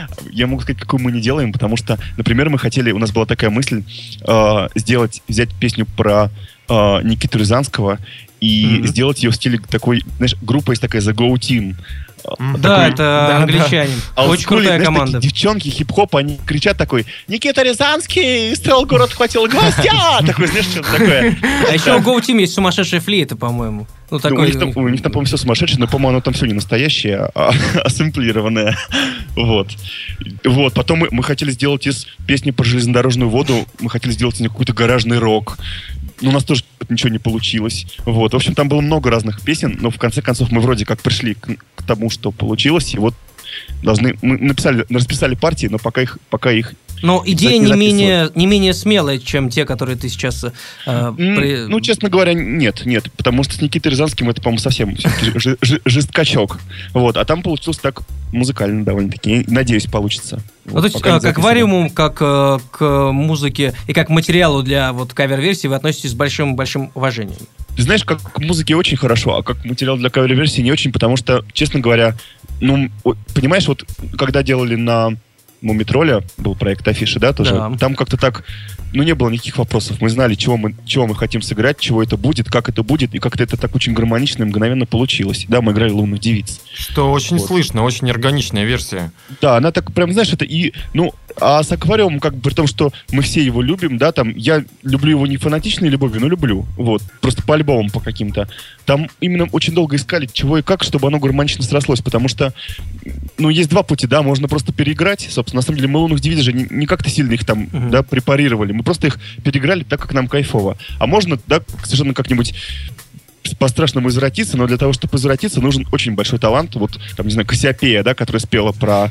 Я могу сказать, какую мы не делаем, потому что, например, мы хотели, у нас была такая мысль э, сделать, взять песню про э, Никиту Рязанского и mm-hmm. сделать ее в стиле такой, знаешь, группа есть такая The Go Team. Mm-hmm. Да, такой, это да, англичанин. Да. Очень крутая знаешь, команда. Девчонки, хип-хоп, они кричат такой: Никита Рязанский, стрел город хватил гвоздя! Такой, знаешь, что-то такое. А еще у Go Team есть сумасшедшая флейта, по-моему. Ну, такой... ну, у, них там, у них там, по-моему, все сумасшедшее, но, по-моему, оно там все не настоящее, а, а сэмплированное. Вот. Вот. Потом мы, мы хотели сделать из песни про железнодорожную воду, мы хотели сделать из нее какой-то гаражный рок. Но у нас тоже ничего не получилось. Вот. В общем, там было много разных песен, но в конце концов мы вроде как пришли к, к тому, что получилось, и вот должны... Мы написали, расписали партии, но пока их, пока их Но идея не, не, менее, не менее смелая, чем те, которые ты сейчас... Э, при... Ну, честно говоря, нет, нет. Потому что с Никитой Рязанским это, по-моему, совсем ж- ж- жесткачок. Вот. А там получилось так музыкально довольно-таки. Надеюсь, получится. Ну, вот, то есть, как к «Аквариуму», как э, к музыке и как к материалу для вот, кавер-версии вы относитесь с большим-большим уважением? Ты знаешь, как к музыке очень хорошо, а как материал для кавер-версии не очень, потому что, честно говоря, ну, понимаешь, вот когда делали на Мумитроля, был проект афиши, да, тоже, да. Там как-то так, ну, не было никаких вопросов. Мы знали, чего мы, чего мы хотим сыграть, чего это будет, как это будет, и как-то это так очень гармонично и мгновенно получилось. Да, мы играли «Лунных девиц». Что очень вот. Слышно, очень органичная версия. Да, она так прям, знаешь, это и, ну, а с «Аквариумом», как бы, при том, что мы все его любим, да, там, я люблю его не фанатичной любовью, но люблю, вот, просто по альбомам по каким-то. Там именно очень долго искали, чего и как, чтобы оно гармонично срослось, потому что, ну, есть два пути, да, можно просто переиграть, собственно, на самом деле мы «Лунных девиц» же не, не как-то сильно их там, uh-huh. да, препарировали, мы просто их переиграли так, как нам кайфово. А можно, да, совершенно как-нибудь по-страшному извратиться, но для того, чтобы извратиться, нужен очень большой талант. Вот, там, не знаю, Кассиопея, да, которая спела про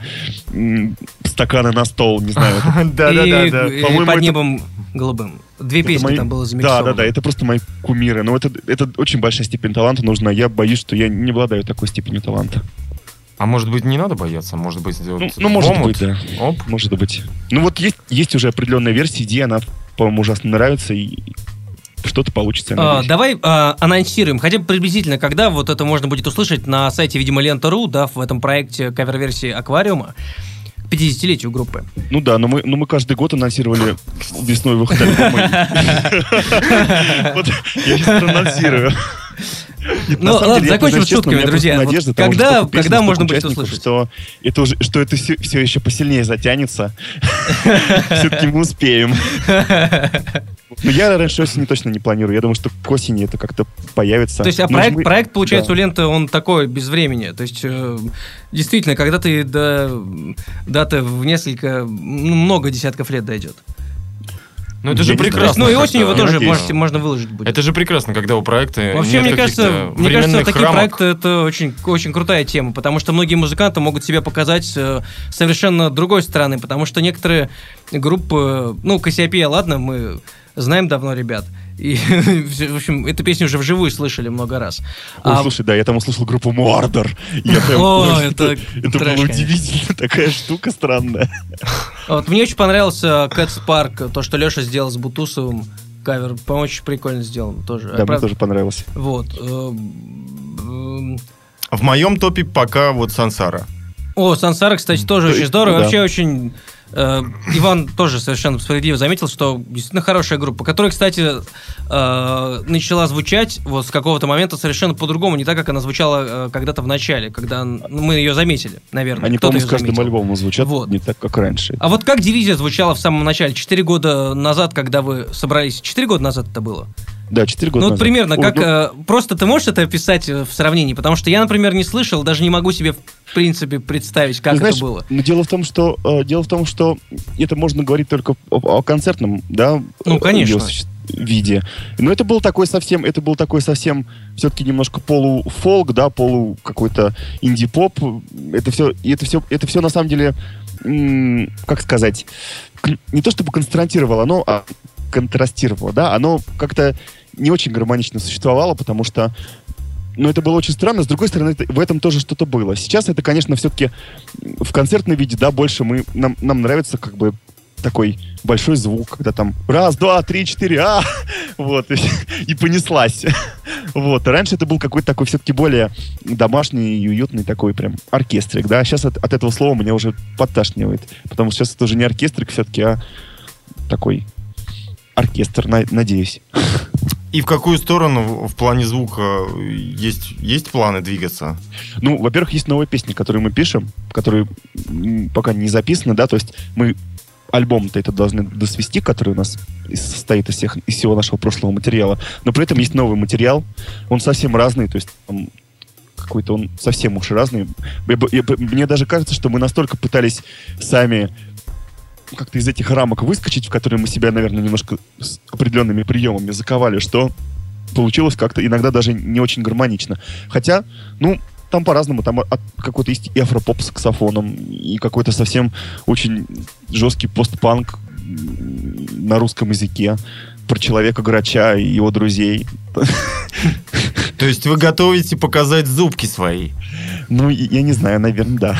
м- стаканы на стол, не знаю. Да-да-да. «Под небом голубым». Две песни там было замиксовано. Да-да-да, это просто мои кумиры. Но это, это очень большая степень таланта нужна. Я боюсь, что я не обладаю такой степенью таланта. А может быть, не надо бояться? Может быть, ну, ну, может быть, да. Оп. Может быть. Ну, вот есть, есть уже определенная версия, идея, она, по-моему, ужасно нравится, и что-то получится. А, давай а, анонсируем, хотя бы приблизительно, когда вот это можно будет услышать на сайте, видимо, Лента точка ру, да, в этом проекте кавер-версии «Аквариума». пятидесятилетию группы. Ну да, но мы, но мы каждый год анонсировали весной выход альбома. Вот я сейчас анонсирую. Ну ладно, закончим с шутками, друзья. Когда, когда можно будет услышать? Что это, уже, что это все, все еще посильнее затянется. Все-таки мы успеем. Но я раньше осени точно не планирую. Я думаю, что к осени это как-то появится. То есть, а проект, мы... проект, получается, да. у Ленты, он такой, без времени. То есть, э, действительно, когда ты до даты в несколько, ну, много десятков лет дойдет. Ну, это же прекрасно. Ну, и осенью его тоже можете, можно выложить будет. Это же прекрасно, когда у проекта Вообще, нет мне кажется, мне кажется, такие рамок. проекты — это очень, очень крутая тема, потому что многие музыканты могут себя показать э, совершенно другой стороны, потому что некоторые группы, ну, Кассиопея, ладно, мы знаем давно ребят, и, в общем, эту песню уже вживую слышали много раз. Ой, а... слушай, да, я там услышал группу Муардер. О, это это было удивительно, такая штука странная. Вот, мне очень понравился Cats Park, то, что Леша сделал с Бутусовым. Кавер, по-моему, очень прикольно сделан тоже. Да, мне тоже понравился. Вот. В моем топе пока вот Сансара. О, Сансара, кстати, тоже очень здорово. Да. Вообще очень... Э, Иван тоже совершенно справедливо заметил, что действительно хорошая группа, которая, кстати, э, начала звучать вот с какого-то момента совершенно по-другому, не так, как она звучала э, когда-то в начале, когда ну, мы ее заметили, наверное. Они, Кто-то по-моему, с каждым заметил. альбомом звучат вот. Не так, как раньше. А вот как «Дивизия» звучала в самом начале? Четыре года назад, когда вы собрались? Четыре года назад это было? Да, четыре года Ну, вот назад. примерно, Ой, как... ну... Э, просто ты можешь это описать в сравнении? Потому что я, например, не слышал, даже не могу себе, в принципе, представить, как Знаешь, это было. Но дело в том, что э, дело в том, что это можно говорить только о, о концертном, да, ну, конечно. виде. Но это был такой совсем, это был такой совсем все-таки немножко полуфолк, да, полу какой-то инди-поп. Это все, это все, это все на самом деле, м- как сказать, не то чтобы контрастировало, но а контрастировало, да, оно как-то не очень гармонично существовало, потому что но это было очень странно. С другой стороны, это, в этом тоже что-то было. Сейчас это, конечно, все-таки в концертном виде, да, больше мы, нам, нам нравится как бы такой большой звук, когда там раз, два, три, четыре, а, вот, и, и понеслась. Вот. Раньше это был какой-то такой все-таки более домашний и уютный такой прям оркестрик, да. Сейчас от, от этого слова меня уже подташнивает, потому что сейчас это уже не оркестрик все-таки, а такой оркестр, на, надеюсь. И в какую сторону в плане звука есть, есть планы двигаться? Ну, во-первых, есть новые песни, которые мы пишем, которые пока не записаны, да, то есть мы альбом-то это должны досвести, который у нас состоит из, всех, из всего нашего прошлого материала, но при этом есть новый материал, он совсем разный, то есть там, какой-то он совсем уж разный. Я, я, мне даже кажется, что мы настолько пытались сами как-то из этих рамок выскочить, в которые мы себя, наверное, немножко с определенными приемами заковали, что получилось как-то иногда даже не очень гармонично. Хотя, ну, там по-разному. Там от, какой-то есть и афропоп с саксофоном, и какой-то совсем очень жесткий постпанк на русском языке про человека-грача и его друзей. То есть вы готовите показать зубки свои? Ну, я не знаю, наверное, да.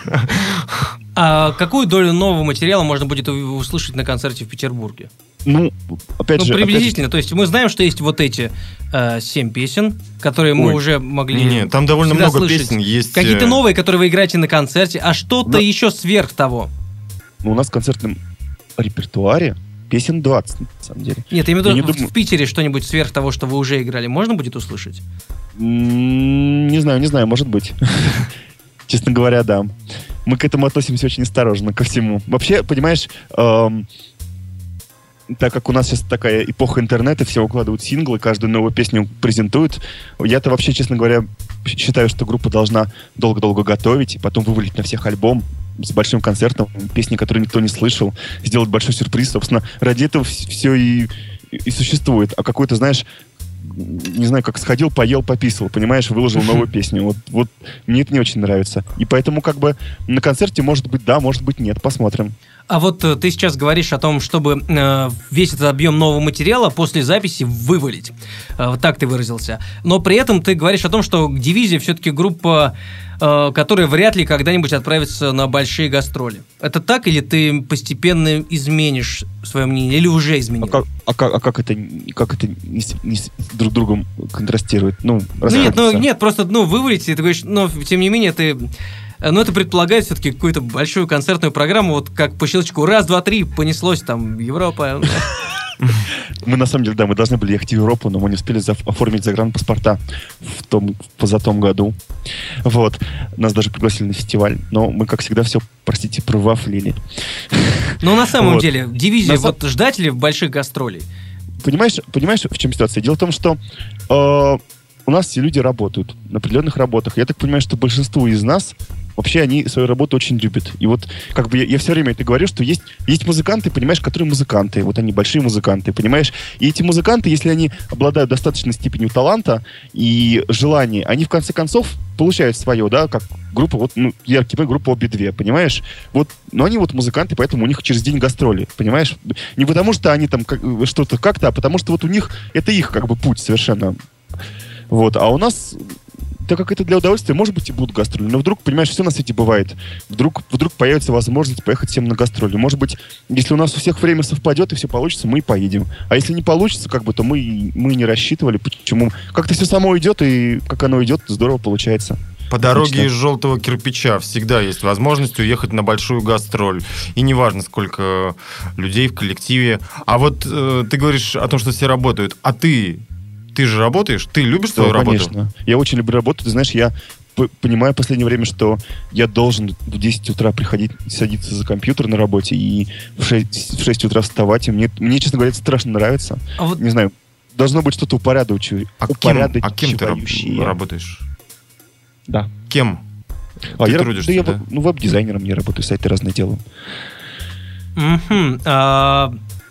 А какую долю нового материала можно будет услышать на концерте в Петербурге? Ну, опять ну, же... приблизительно. Опять... То есть мы знаем, что есть вот эти э, семь песен, которые мы Ой. уже могли Нет, там довольно много слышать. Песен есть. Какие-то новые, которые вы играете на концерте, а что-то Но... еще сверх того? Ну, у нас в концертном репертуаре песен двадцать, на самом деле. Нет, я имею в виду, в думаю... Питере что-нибудь сверх того, что вы уже играли, можно будет услышать? Не знаю, не знаю, может быть. Честно говоря, да. Мы к этому относимся очень осторожно, ко всему. Вообще, понимаешь, эм, так как у нас сейчас такая эпоха интернета, все укладывают синглы, каждую новую песню презентуют, я-то вообще, честно говоря, считаю, что группа должна долго-долго готовить и потом вывалить на всех альбом с большим концертом, песни, которые никто не слышал, сделать большой сюрприз. Собственно, ради этого все и, и существует. А какой-то, знаешь, не знаю, как сходил, поел, пописал, понимаешь, выложил новую песню. Вот, вот мне это не очень нравится. И поэтому как бы на концерте может быть да, может быть нет. Посмотрим. А вот э, ты сейчас говоришь о том, чтобы э, весь этот объем нового материала после записи вывалить. Э, вот так ты выразился. Но при этом ты говоришь о том, что «Дивизия» все-таки группа, э, которая вряд ли когда-нибудь отправится на большие гастроли. Это так, или ты постепенно изменишь свое мнение, или уже изменил? А как, а как, а как это, как это не, не, друг с другом контрастирует? Ну, ну нет, ну, нет, просто ну, вывалить, ты говоришь, но тем не менее ты... Но это предполагает все-таки какую-то большую концертную программу, вот как по щелчку. Раз, два, три, понеслось там Европа. Мы, на самом деле, да, мы должны были ехать в Европу, но мы не успели за- оформить загранпаспорта в том, в позатом году. Вот. Нас даже пригласили на фестиваль, но мы, как всегда, все, простите, провафлили. Но на самом Вот. деле, дивизия, На са- вот ждать ли больших гастролей? Понимаешь, понимаешь, в чем ситуация? Дело в том, что э, у нас все люди работают на определенных работах. Я так понимаю, что большинство из нас вообще они свою работу очень любят. И вот как бы я, я все время это говорю, что есть, есть музыканты, понимаешь, которые музыканты. Вот они большие музыканты, понимаешь? И эти музыканты, если они обладают достаточной степенью таланта и желания, они в конце концов получают свое, да, как группа, вот, ну, яркий пример, группа Обе две, понимаешь? Вот, но они вот музыканты, поэтому у них через день гастроли, понимаешь? Не потому что они там как, что-то как-то, а потому что вот у них, это их как бы путь совершенно. Вот, а у нас... Так как это для удовольствия, может быть, и будут гастроли. Но вдруг, понимаешь, все на свете бывает. Вдруг, вдруг появится возможность поехать всем на гастроли. Может быть, если у нас у всех время совпадет и все получится, мы и поедем. А если не получится, как бы, то мы, мы не рассчитывали. Почему? Как-то все само идет, и как оно идет, здорово получается. По дороге Отлично. из желтого кирпича всегда есть возможность уехать на большую гастроль. И неважно, сколько людей в коллективе. А вот э, ты говоришь о том, что все работают. А ты... Ты же работаешь? Ты любишь свою Да, работу? конечно. Я очень люблю работу. Ты знаешь, я п- понимаю в последнее время, что я должен в десять утра приходить, садиться за компьютер на работе и в шесть, в шесть утра вставать. И мне, мне, честно говоря, это страшно нравится. А вот Не знаю, должно быть что-то упорядочивающее. А кем, а кем ты раб- работаешь? Да. Кем? А, Ты я, раб- трудишься, да я да? веб- ну, веб-дизайнером я работаю, сайты разные делаю. Мгм. А,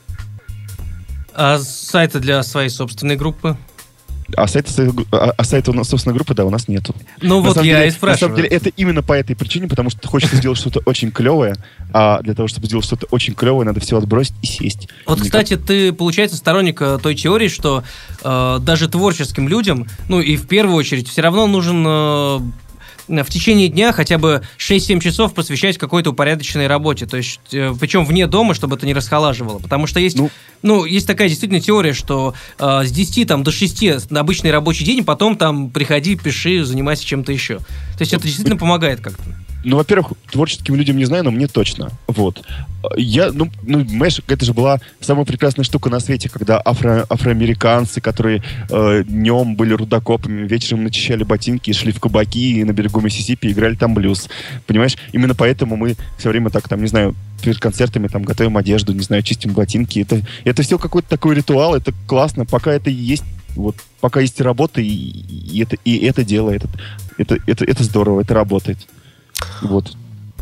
а сайты для своей собственной группы? А сайта, а, а сайта у нас, собственно, группы, да, у нас нету. Ну На вот самом я деле- и спрашиваю. На самом деле, это именно по этой причине, потому что хочется сделать что-то очень клевое, а для того, чтобы сделать что-то очень клевое, надо все отбросить и сесть. Вот, И никак- кстати, ты, получается, сторонник э, той теории, что э, даже творческим людям, ну и в первую очередь, все равно нужен э, в течение дня хотя бы шесть-семь часов посвящать какой-то упорядоченной работе. То есть, э, причем вне дома, чтобы это не расхолаживало. Потому что есть, ну, Ну, есть такая действительно теория, что э, с десяти там, до шести на обычный рабочий день, потом там приходи, пиши, занимайся чем-то еще. То есть это действительно помогает как-то. Ну, во-первых, творческим людям не знаю, но мне точно. Вот. Я, ну, ну, понимаешь, это же была самая прекрасная штука на свете, когда афро, афроамериканцы, которые э, днем были рудокопами, вечером начищали ботинки, шли в кабаки и на берегу Миссисипи играли там блюз. Понимаешь? Именно поэтому мы все время так, там, не знаю, перед концертами там готовим одежду, не знаю, чистим ботинки. Это, это все какой-то такой ритуал, это классно. Пока это есть, вот, пока есть работа, и, и, это, и это дело, это, это, это, это здорово, это работает. Вот.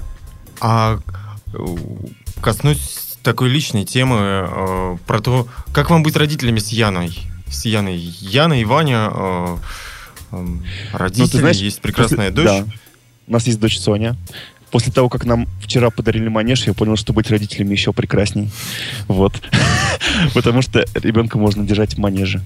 А э, коснусь такой личной темы э, про то, как вам быть родителями с Яной. С Яной. Яна и Ваня э, э, родители, Ну, ты знаешь, есть прекрасная после- дочь. Да. У нас есть дочь Соня. После того, как нам вчера подарили манеж, я понял, что быть родителями еще прекрасней. Вот. Потому что ребенка можно держать в манеже.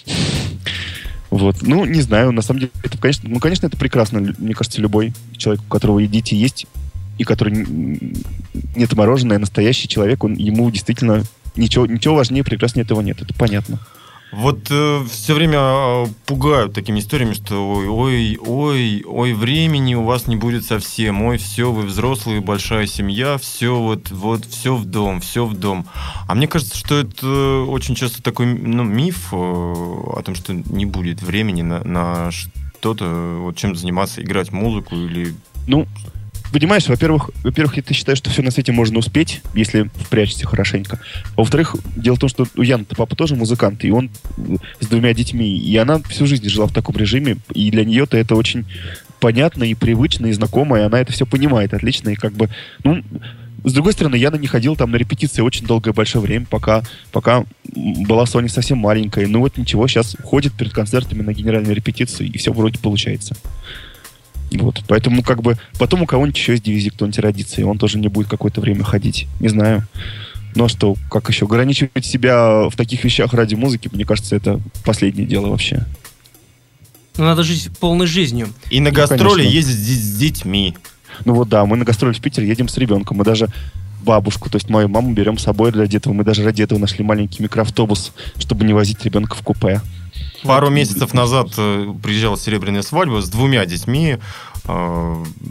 Вот. Ну, не знаю, на самом деле, это, конечно, ну, конечно, это прекрасно. Лю- Мне кажется, любой человек, у которого и дети есть, и который н- не отмороженный, а настоящий человек, он, ему действительно ничего, ничего важнее, прекраснее этого нет. Это понятно. Вот э, все время э, пугают такими историями, что ой, ой, ой, ой, времени у вас не будет совсем, ой, все, вы взрослые, большая семья, все вот, вот, все в дом, все в дом. А мне кажется, что это очень часто такой, ну, миф э, о том, что не будет времени на, на что-то, вот чем заниматься, играть музыку или... Ну, понимаешь, во-первых, во-первых, я считаю, что все на свете можно успеть, если впрячься хорошенько. А во-вторых, дело в том, что у Яны папа тоже музыкант, и он с двумя детьми, и она всю жизнь жила в таком режиме, и для нее-то это очень понятно и привычно, и знакомо, и она это все понимает отлично, и как бы, ну, с другой стороны, Яна не ходила там на репетиции очень долгое большое время, пока, пока была Соня совсем маленькая. Ну вот ничего, сейчас ходит перед концертами на генеральную репетицию, и все вроде получается. Вот, поэтому как бы потом у кого-нибудь еще из дивизии кто-нибудь родится, и он тоже не будет какое-то время ходить. Не знаю. Ну а что, как еще? Ограничивать себя в таких вещах ради музыки, мне кажется, это последнее дело вообще. Ну, надо жить полной жизнью. И на Ну, гастроли конечно. ездить с, с детьми. Ну вот да, мы на гастроли в Питер едем с ребенком. Мы даже бабушку, то есть мою маму берем с собой ради этого. Мы даже ради этого нашли маленький микроавтобус, чтобы не возить ребенка в купе. Пару месяцев назад э, приезжала серебряная свадьба с двумя детьми. э, и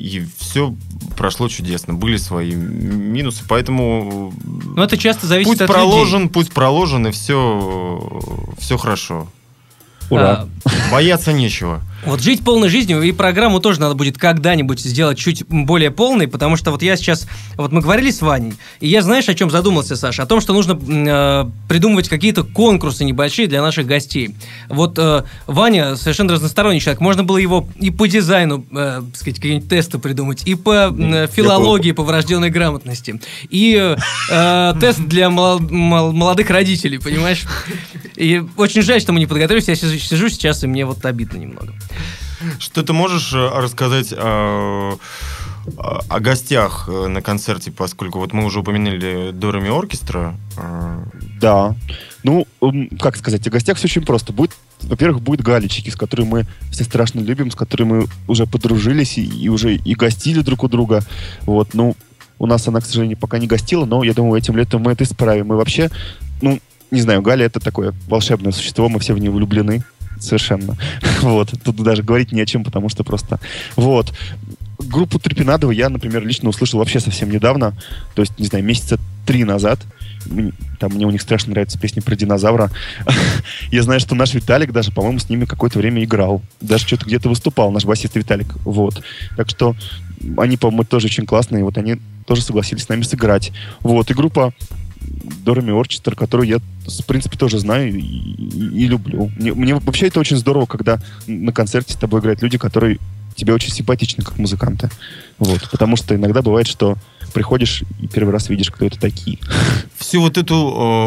и все прошло чудесно. Были свои минусы, поэтому... Но это часто зависит путь от проложен, людей. Путь проложен, и все, все хорошо. Ура. А, Бояться нечего. Вот жить полной жизнью, и программу тоже надо будет когда-нибудь сделать чуть более полной, потому что вот я сейчас... Вот мы говорили с Ваней, и я, знаешь, о чем задумался, Саша? О том, что нужно э, придумывать какие-то конкурсы небольшие для наших гостей. Вот э, Ваня совершенно разносторонний человек. Можно было его и по дизайну, э, так сказать, какие-нибудь тесты придумать, и по э, филологии, по врожденной грамотности, и э, тест для мол- мол- молодых родителей, понимаешь? И очень жаль, что мы не подготовились. Я сижу, сижу сейчас, и мне вот обидно немного. Что ты можешь рассказать о, о гостях на концерте, поскольку вот мы уже упомянули До Ре Ми Оркестра? Да. Ну, как сказать, о гостях все очень просто. Будет, во-первых, будет Галичики, с которыми мы все страшно любим, с которыми мы уже подружились и, и уже и гостили друг у друга. Вот, ну, у нас она, к сожалению, пока не гостила, но я думаю, этим летом мы это исправим. И вообще, ну, не знаю, Галя — это такое волшебное существо, мы все в нее влюблены. Совершенно. Вот. Тут даже говорить не о чем, потому что просто... Вот. Группу Торпинадо я, например, лично услышал вообще совсем недавно. То есть, не знаю, месяца три назад. Там мне у них страшно нравится песня про динозавра. Я знаю, что наш Виталик даже, по-моему, с ними какое-то время играл. Даже что-то где-то выступал, наш басист Виталик. Вот. Так что они, по-моему, тоже очень классные. Вот они тоже согласились с нами сыграть. Вот. И группа До Ре Ми Оркестра, которую я, в принципе, тоже знаю и, и, и люблю. Мне, мне вообще это очень здорово, когда на концерте с тобой играют люди, которые тебе очень симпатичны как музыканты. Вот. Потому что иногда бывает, что приходишь и первый раз видишь, кто это такие. Всю вот эту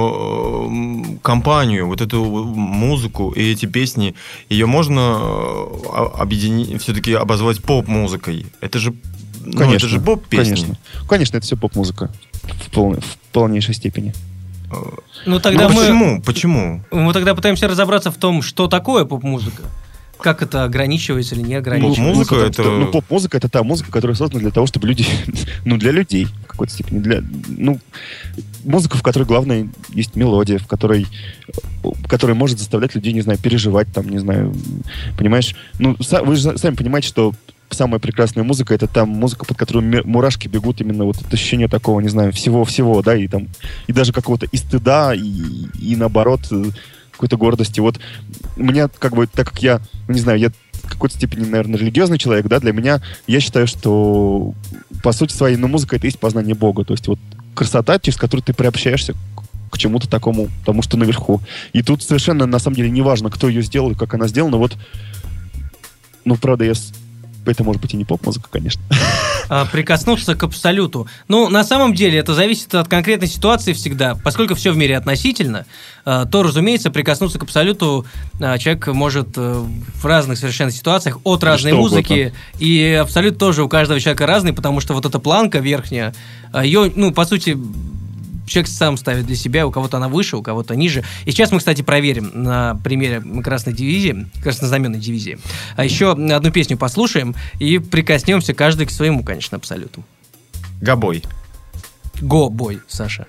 э, компанию, вот эту музыку и эти песни, ее можно объединить, все-таки обозвать поп-музыкой. Это же, ну, Конечно, это же поп-песни. Конечно. Конечно, это все поп-музыка. В, полной, в полнейшей степени. Ну, тогда ну, мы... почему? Почему? Мы тогда пытаемся разобраться в том, что такое поп-музыка. Как это ограничивается или не ограничивается? Поп-музыка ну, это... Ну, поп-музыка — это та музыка, которая создана для того, чтобы люди... ну, для людей, в какой-то степени. Для, ну, музыка, в которой главное есть мелодия, в которой... которая может заставлять людей, не знаю, переживать, там, не знаю... Понимаешь? Ну, вы же сами понимаете, что самая прекрасная музыка — это та музыка, под которую мурашки бегут, именно вот это ощущение такого, не знаю, всего-всего, да, и там... И даже какого-то и стыда, и, и наоборот... какой-то гордости. Вот меня, как бы, так как я, ну, не знаю, я в какой-то степени, наверное, религиозный человек, да, для меня, я считаю, что по сути своей, ну, музыка — это есть познание Бога. То есть вот красота, через которую ты приобщаешься к, к чему-то такому, тому, что наверху. И тут совершенно, на самом деле, не важно, кто ее сделал и как она сделана. Вот, ну, правда, я... Это может быть и не поп-музыка, конечно. А, прикоснуться к абсолюту. Ну, на самом деле, это зависит от конкретной ситуации всегда. Поскольку все в мире относительно, то, разумеется, прикоснуться к абсолюту человек может в разных совершенно ситуациях, от разной что музыки. И абсолют тоже у каждого человека разный, потому что вот эта планка верхняя, ее, ну, по сути... Человек сам ставит для себя, у кого-то она выше, у кого-то ниже. И сейчас мы, кстати, проверим на примере красной дивизии, краснознаменной дивизии. А еще одну песню послушаем и прикоснемся каждый к своему, конечно, абсолюту. Гобой. Го-бой, Саша.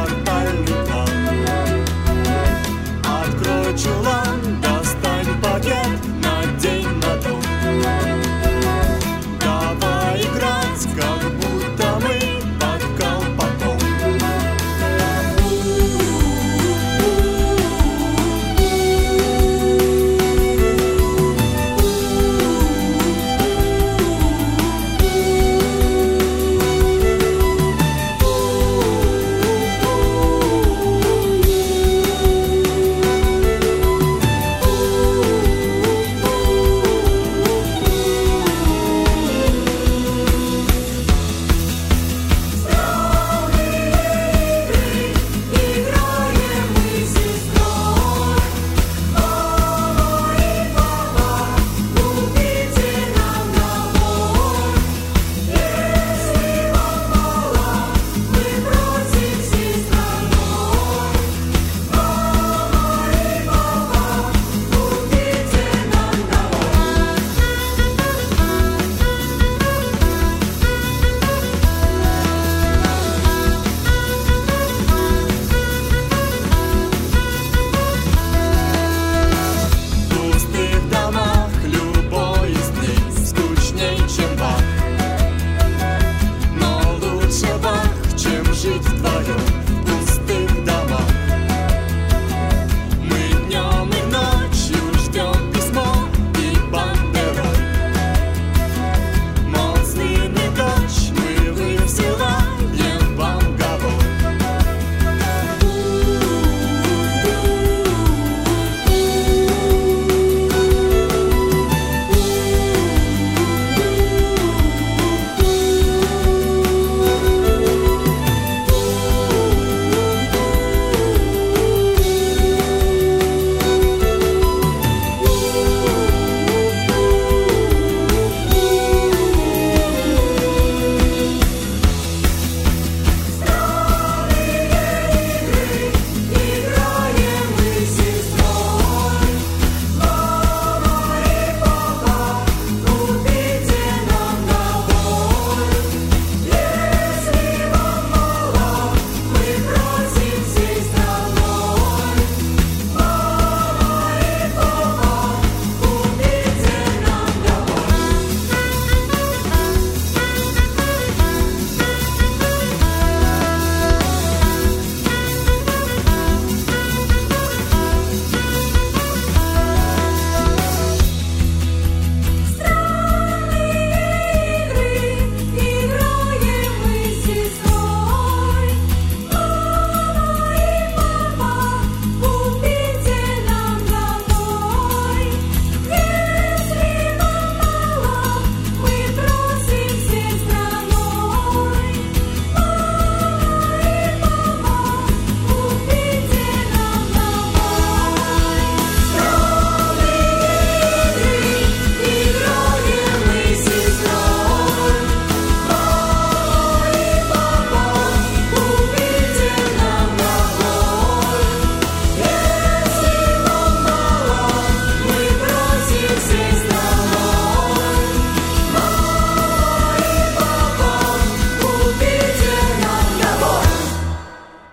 Открой чулан, достань пакет.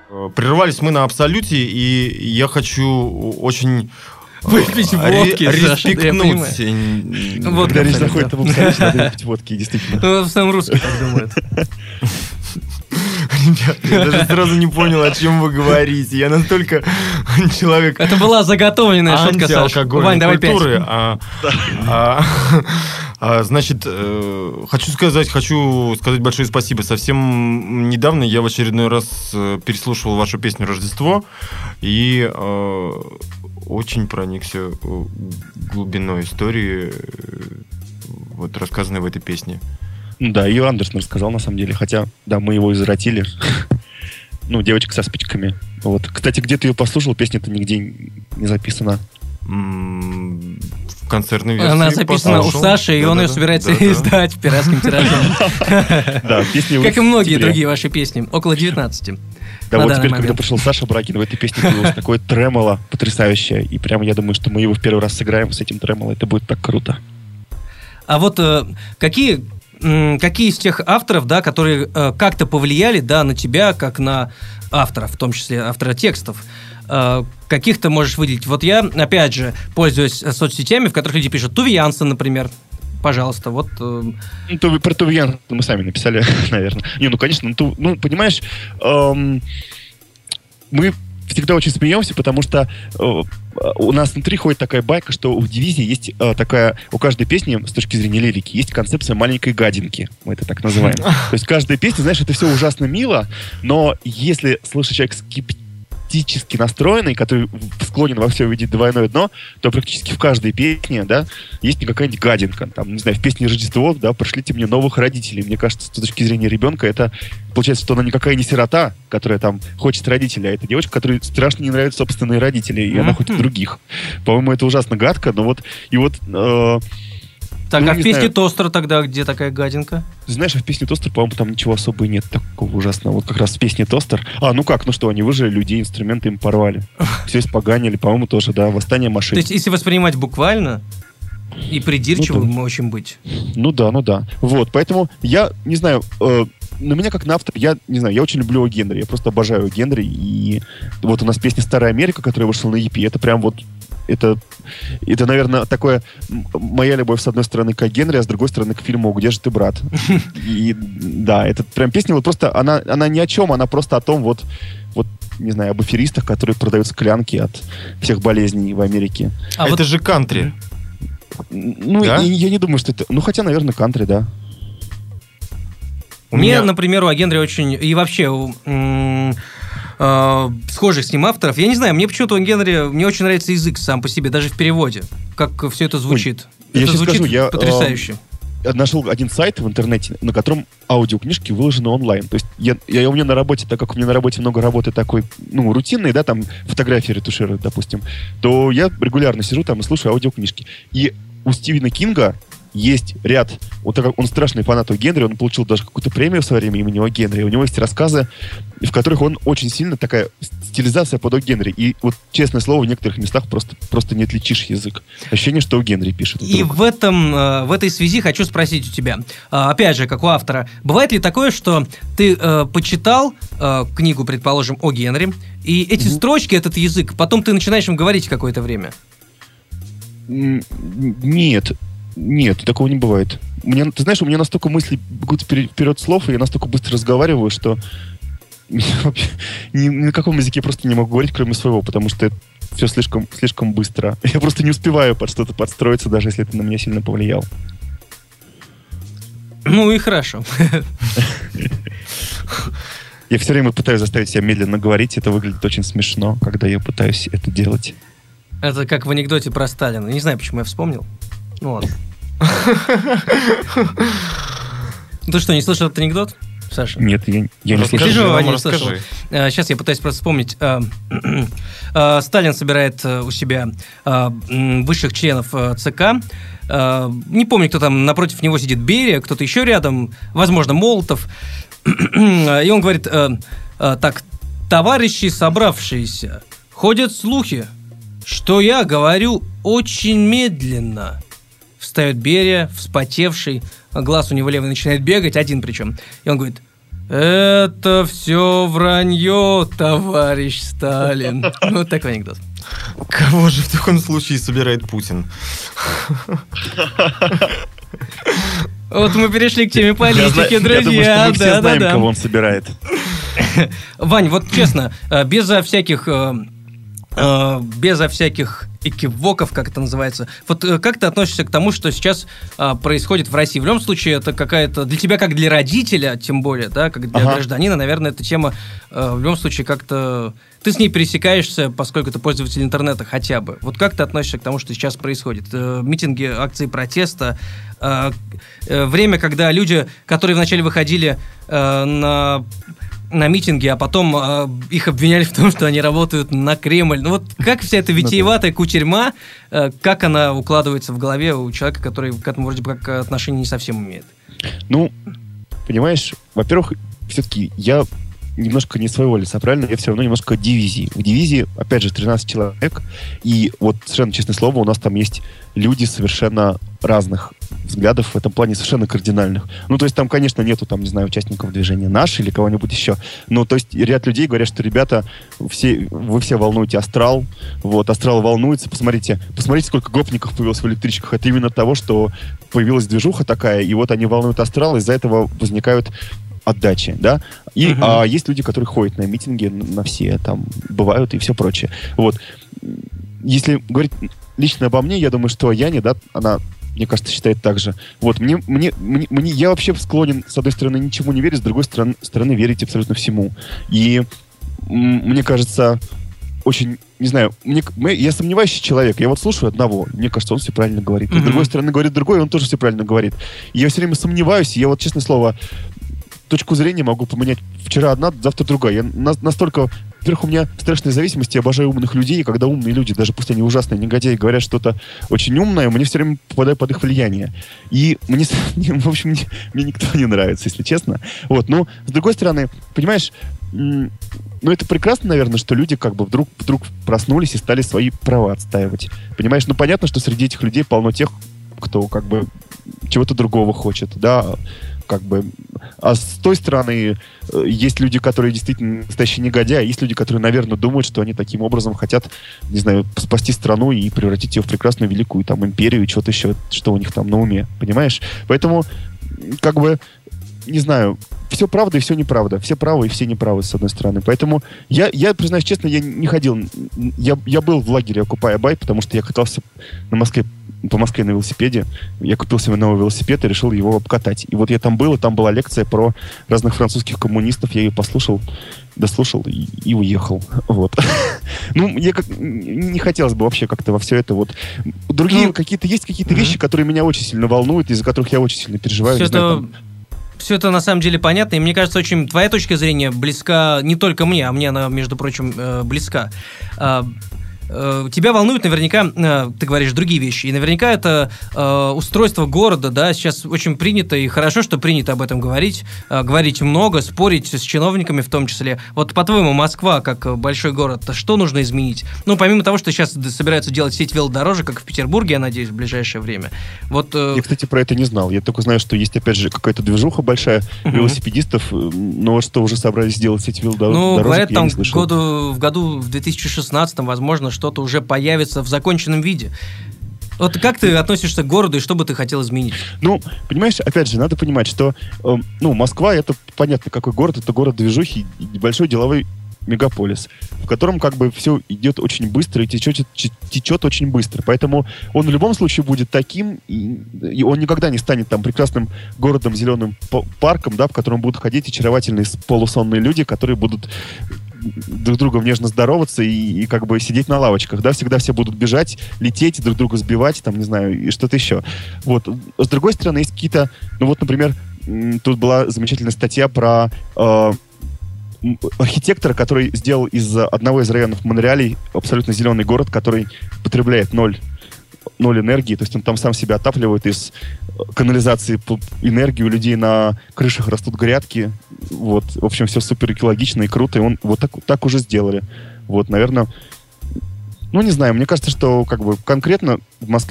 Прервались мы на Абсолюте, и я хочу очень... Выпить водки, ре- Саша, да я респектнуть. понимаю. Вот Когда речь как заходит об Абсолюте, надо выпить водки, действительно. Ну, сам русский так думает. Ребят, я даже сразу не понял, о чем вы говорите. Я настолько человек Это была заготовленная шутка, Саша. антиалкогольной Вань, давай пять. культуры. А, а, а, значит, э, хочу сказать, хочу сказать большое спасибо. Совсем недавно я в очередной раз э, переслушивал вашу песню «Рождество» и э, очень проникся э, глубиной истории, э, вот рассказанной в этой песне. Да, ее Андерсон рассказал, на самом деле. Хотя, да, мы его извратили. Ну, девочка со спичками. Вот. Кстати, где ты ее послушал? Песня-то нигде не записана. М, В концертной версии Она записана у послушал. Саши, и он ее Да-да-да. собирается Да-да. издать в пиратском тираже. Да, песня Как и в многие сентябре. другие ваши песни. Около девятнадцати. Да, на вот данный теперь, когда момент. пришел Саша Брагин, в этой песне появилось такое тремоло потрясающее. И прямо я думаю, что мы его в первый раз сыграем с этим тремоло. Это будет так круто. А вот э, какие, м, какие из тех авторов, да, которые э, как-то повлияли, да, на тебя, как на автора, в том числе автора текстов, э, каких ты можешь выделить? Вот я, опять же, пользуюсь э, соцсетями, в которых люди пишут Туви Янсен, например. Пожалуйста, вот... э, Ну, то, про Туве Янсена мы сами написали, наверное. Не, ну, конечно, ну, Ту- ну понимаешь, эм, мы всегда очень смеемся, потому что э, у нас внутри ходит такая байка, что в дивизии есть э, такая, у каждой песни, с точки зрения лирики, есть концепция маленькой гадинки. Мы это так называем. То есть каждая песня, знаешь, это все ужасно мило, но если слышит человек скептически настроенный, который склонен во все увидеть двойное дно, то практически в каждой песне, да, есть какая-нибудь гадинка. Там, не знаю, в песне «Рождество», да, «Пришлите мне новых родителей». Мне кажется, с точки зрения ребенка, это получается, что она никакая не сирота, которая там хочет родителей, а это девочка, которой страшно не нравятся собственные родители, и она хочет других. По-моему, это ужасно гадко, но вот, и вот... э, Так, ну, а в не песне знаю. Тостер тогда где такая гадинка? Знаешь, а в песне «Тостер», по-моему, там ничего особо и нет такого ужасного. Вот как раз в песне «Тостер». А, ну как, ну что, они выжили людей, инструменты им порвали. Все испоганили, по-моему, тоже, да, восстание машин. То есть, если воспринимать буквально и придирчивым Ну да. очень быть. Ну да, ну да. Вот, поэтому я, не знаю, э, на меня как на автор, я, не знаю, я очень люблю О. Генри, я просто обожаю О. Генри, и вот у нас песня «Старая Америка», которая вышла на и пи, это прям вот, это, это, наверное, такое, м- моя любовь, с одной стороны, к О. Генри, а с другой стороны, к фильму «Где же ты, брат?». И да, это прям песня, вот просто, она, она ни о чем, она просто о том, вот, вот, не знаю, об аферистах, которые продают склянки от всех болезней в Америке. А Это вот же кантри. Ну, Да? я, я не думаю, что это... Ну, хотя, наверное, кантри, да. У мне, меня- например, у О. Генри очень... И вообще у м, э, схожих с ним авторов. Я не знаю, мне почему-то у О. Генри... Мне очень нравится язык сам по себе, даже в переводе. Как все это звучит. я это щас звучит скажу, я, потрясающе. Я нашел один сайт в интернете, на котором аудиокнижки выложены онлайн. То есть я, я у меня на работе, так как у меня на работе много работы такой, ну, рутинной, да, там фотографии ретушируют, допустим, то я регулярно сижу там и слушаю аудиокнижки. И у Стивена Кинга есть ряд, вот так как он страшный фанат О. Генри, он получил даже какую-то премию в свое время имени О. Генри. У него есть рассказы, в которых он очень сильно такая стилизация под О. Генри. И вот, честное слово, в некоторых местах просто, просто не отличишь язык. Ощущение, что О. Генри пишет. И вдруг. в, этом, э, в этой связи хочу спросить у тебя, э, опять же, как у автора, бывает ли такое, что ты э, почитал э, книгу, предположим, О. Генри, и эти Мгм. строчки, этот язык, потом ты начинаешь им говорить какое-то время? М, Нет, нет, такого не бывает. У меня, ты знаешь, у меня настолько мысли бегут вперед, вперед слов, и я настолько быстро разговариваю, что я вообще ни, ни на каком языке просто не могу говорить, кроме своего, потому что все слишком, слишком быстро. Я просто не успеваю под что-то подстроиться, даже если это на меня сильно повлияло. Ну и хорошо. Я все время пытаюсь заставить себя медленно говорить, это выглядит очень смешно, когда я пытаюсь это делать. Это как в анекдоте про Сталина. Не знаю, почему я вспомнил. Ну ладно. Ты что, не слышал этот анекдот, Саша? Нет, я, я не Расскажи слышал. Сижу, нам, а не расскажи. слышал. Э, Сейчас я пытаюсь просто вспомнить. Э, э, Сталин собирает э, у себя э, м, высших членов э, ЦК. Э, Не помню, кто там напротив него сидит, Берия, кто-то еще рядом, возможно, Молотов. И он говорит, э, э, так, товарищи собравшиеся, ходят слухи, что я говорю очень медленно. Встает Берия, вспотевший, глаз у него левый начинает бегать, один причем. И он говорит, Это все вранье, товарищ Сталин. Ну, такой анекдот. Кого же в таком случае собирает Путин? Вот мы перешли к теме политики, я друзья. Я думаю, что мы все да, знаем, да, да. кого он собирает. Вань, вот честно, безо всяких... безо всяких экивоков, как это называется. Вот как ты относишься к тому, что сейчас а, происходит в России? В любом случае, это какая-то... Для тебя, как для родителя, тем более, да, как для ага. гражданина, наверное, эта тема а, в любом случае как-то... Ты с ней пересекаешься, поскольку ты пользователь интернета хотя бы. Вот как ты относишься к тому, что сейчас происходит? Э, митинги, акции протеста, э, э, время, когда люди, которые вначале выходили э, на... на митинги, а потом э, их обвиняли в том, что они работают на Кремль. Ну вот как вся эта витиеватая кутерьма, э, как она укладывается в голове у человека, который к этому вроде бы как отношение не совсем имеет? Ну, понимаешь, во-первых, все-таки я немножко не своего лица, правильно? Я все равно немножко дивизии. В дивизии, опять же, тринадцать человек, и вот, совершенно честное слово, у нас там есть люди совершенно разных взглядов в этом плане, совершенно кардинальных. Ну, то есть там, конечно, нету, там, не знаю, участников движения «Наш» или кого-нибудь еще. Но, то есть, ряд людей говорят, что, ребята, все, вы все волнуете астрал, вот, астрал волнуется, посмотрите, посмотрите, сколько гопников появилось в электричках. Это именно от того, что появилась движуха такая, и вот они волнуют астрал, из-за этого возникают отдачи, да, и uh-huh. а, есть люди, которые ходят на митинги, на все там бывают и все прочее. Вот. Если говорить лично обо мне, я думаю, что Яня, да, она, мне кажется, считает так же. Вот, мне, мне, мне, мне я вообще склонен, с одной стороны, ничему не верить, с другой стороны, стороны верить абсолютно всему. И м- мне кажется, очень, не знаю, мне, я сомневающий человек. Я вот слушаю одного, мне кажется, он все правильно говорит. Mm-hmm. С другой стороны, говорит другой, он тоже все правильно говорит. И я все время сомневаюсь, и я вот, честное слово, точку зрения могу поменять. Вчера одна, завтра другая. Я на, настолько... Во-первых, у меня страшная зависимость, я обожаю умных людей, и когда умные люди, даже пусть они ужасные негодяи, говорят что-то очень умное, мне все время попадаю под их влияние. И мне, в общем, мне, мне никто не нравится, если честно. Вот, но, с другой стороны, понимаешь, м- ну, это прекрасно, наверное, что люди как бы вдруг, вдруг проснулись и стали свои права отстаивать. Понимаешь, ну, понятно, что среди этих людей полно тех, кто как бы чего-то другого хочет, да, как бы. А с той стороны э, есть люди, которые действительно настоящие негодяи, а есть люди, которые, наверное, думают, что они таким образом хотят, не знаю, спасти страну и превратить ее в прекрасную великую там империю и что-то еще, что у них там на уме, понимаешь? Поэтому, как бы, не знаю, все правда и все неправда. Все правы и все неправы, с одной стороны. Поэтому я, я признаюсь честно, я не ходил. Я, я был в лагере Occupy Buy, потому что я катался на Москве, по Москве на велосипеде. Я купил себе новый велосипед и решил его обкатать. И вот я там был, и там была лекция про разных французских коммунистов. Я ее послушал, дослушал и, и уехал. Вот. Ну, мне как не хотелось бы вообще как-то во все это вот. Другие какие-то есть какие-то вещи, которые меня очень сильно волнуют, из-за которых я очень сильно переживаю. Все это... Все это на самом деле понятно, и мне кажется, очень твоя точка зрения близка не только мне, а мне она, между прочим, близка. Тебя волнуют наверняка, ты говоришь, другие вещи, и наверняка это э, устройство города, да, сейчас очень принято, и хорошо, что принято об этом говорить, э, говорить много, спорить с чиновниками в том числе. Вот, по-твоему, Москва, как большой город, что нужно изменить? Ну, помимо того, что сейчас собираются делать сеть велодорожек, как в Петербурге, я надеюсь, в ближайшее время. Вот, э... Я, кстати, про это не знал. Я только знаю, что есть, опять же, какая-то движуха большая uh-huh. велосипедистов, но что уже собрались сделать сеть велодорожек, ну, говорят, я там не слышал. Году, в году в две тысячи шестнадцатом, возможно, что-то уже появится в законченном виде. Вот как ты относишься к городу и что бы ты хотел изменить? Ну, понимаешь, опять же, надо понимать, что э, ну, Москва — это понятно, какой город, это город движухи, большой деловой мегаполис, в котором как бы все идет очень быстро и течет, течет очень быстро. Поэтому он в любом случае будет таким, и, и он никогда не станет там прекрасным городом, зеленым парком, да, в котором будут ходить очаровательные полусонные люди, которые будут друг с другом нежно здороваться и, и как бы сидеть на лавочках, да, всегда все будут бежать, лететь, друг друга сбивать, там, не знаю, и что-то еще. Вот. С другой стороны, есть какие-то, ну вот, например, тут была замечательная статья про э, архитектора, который сделал из одного из районов Монреалей абсолютно зеленый город, который потребляет ноль, ноль энергии, то есть он там сам себя отапливает из канализации энергию, у людей на крышах растут грядки, вот, в общем, все супер экологично и круто, и он вот так, так уже сделали. Вот, наверное, ну, не знаю, мне кажется, что как бы конкретно в Москве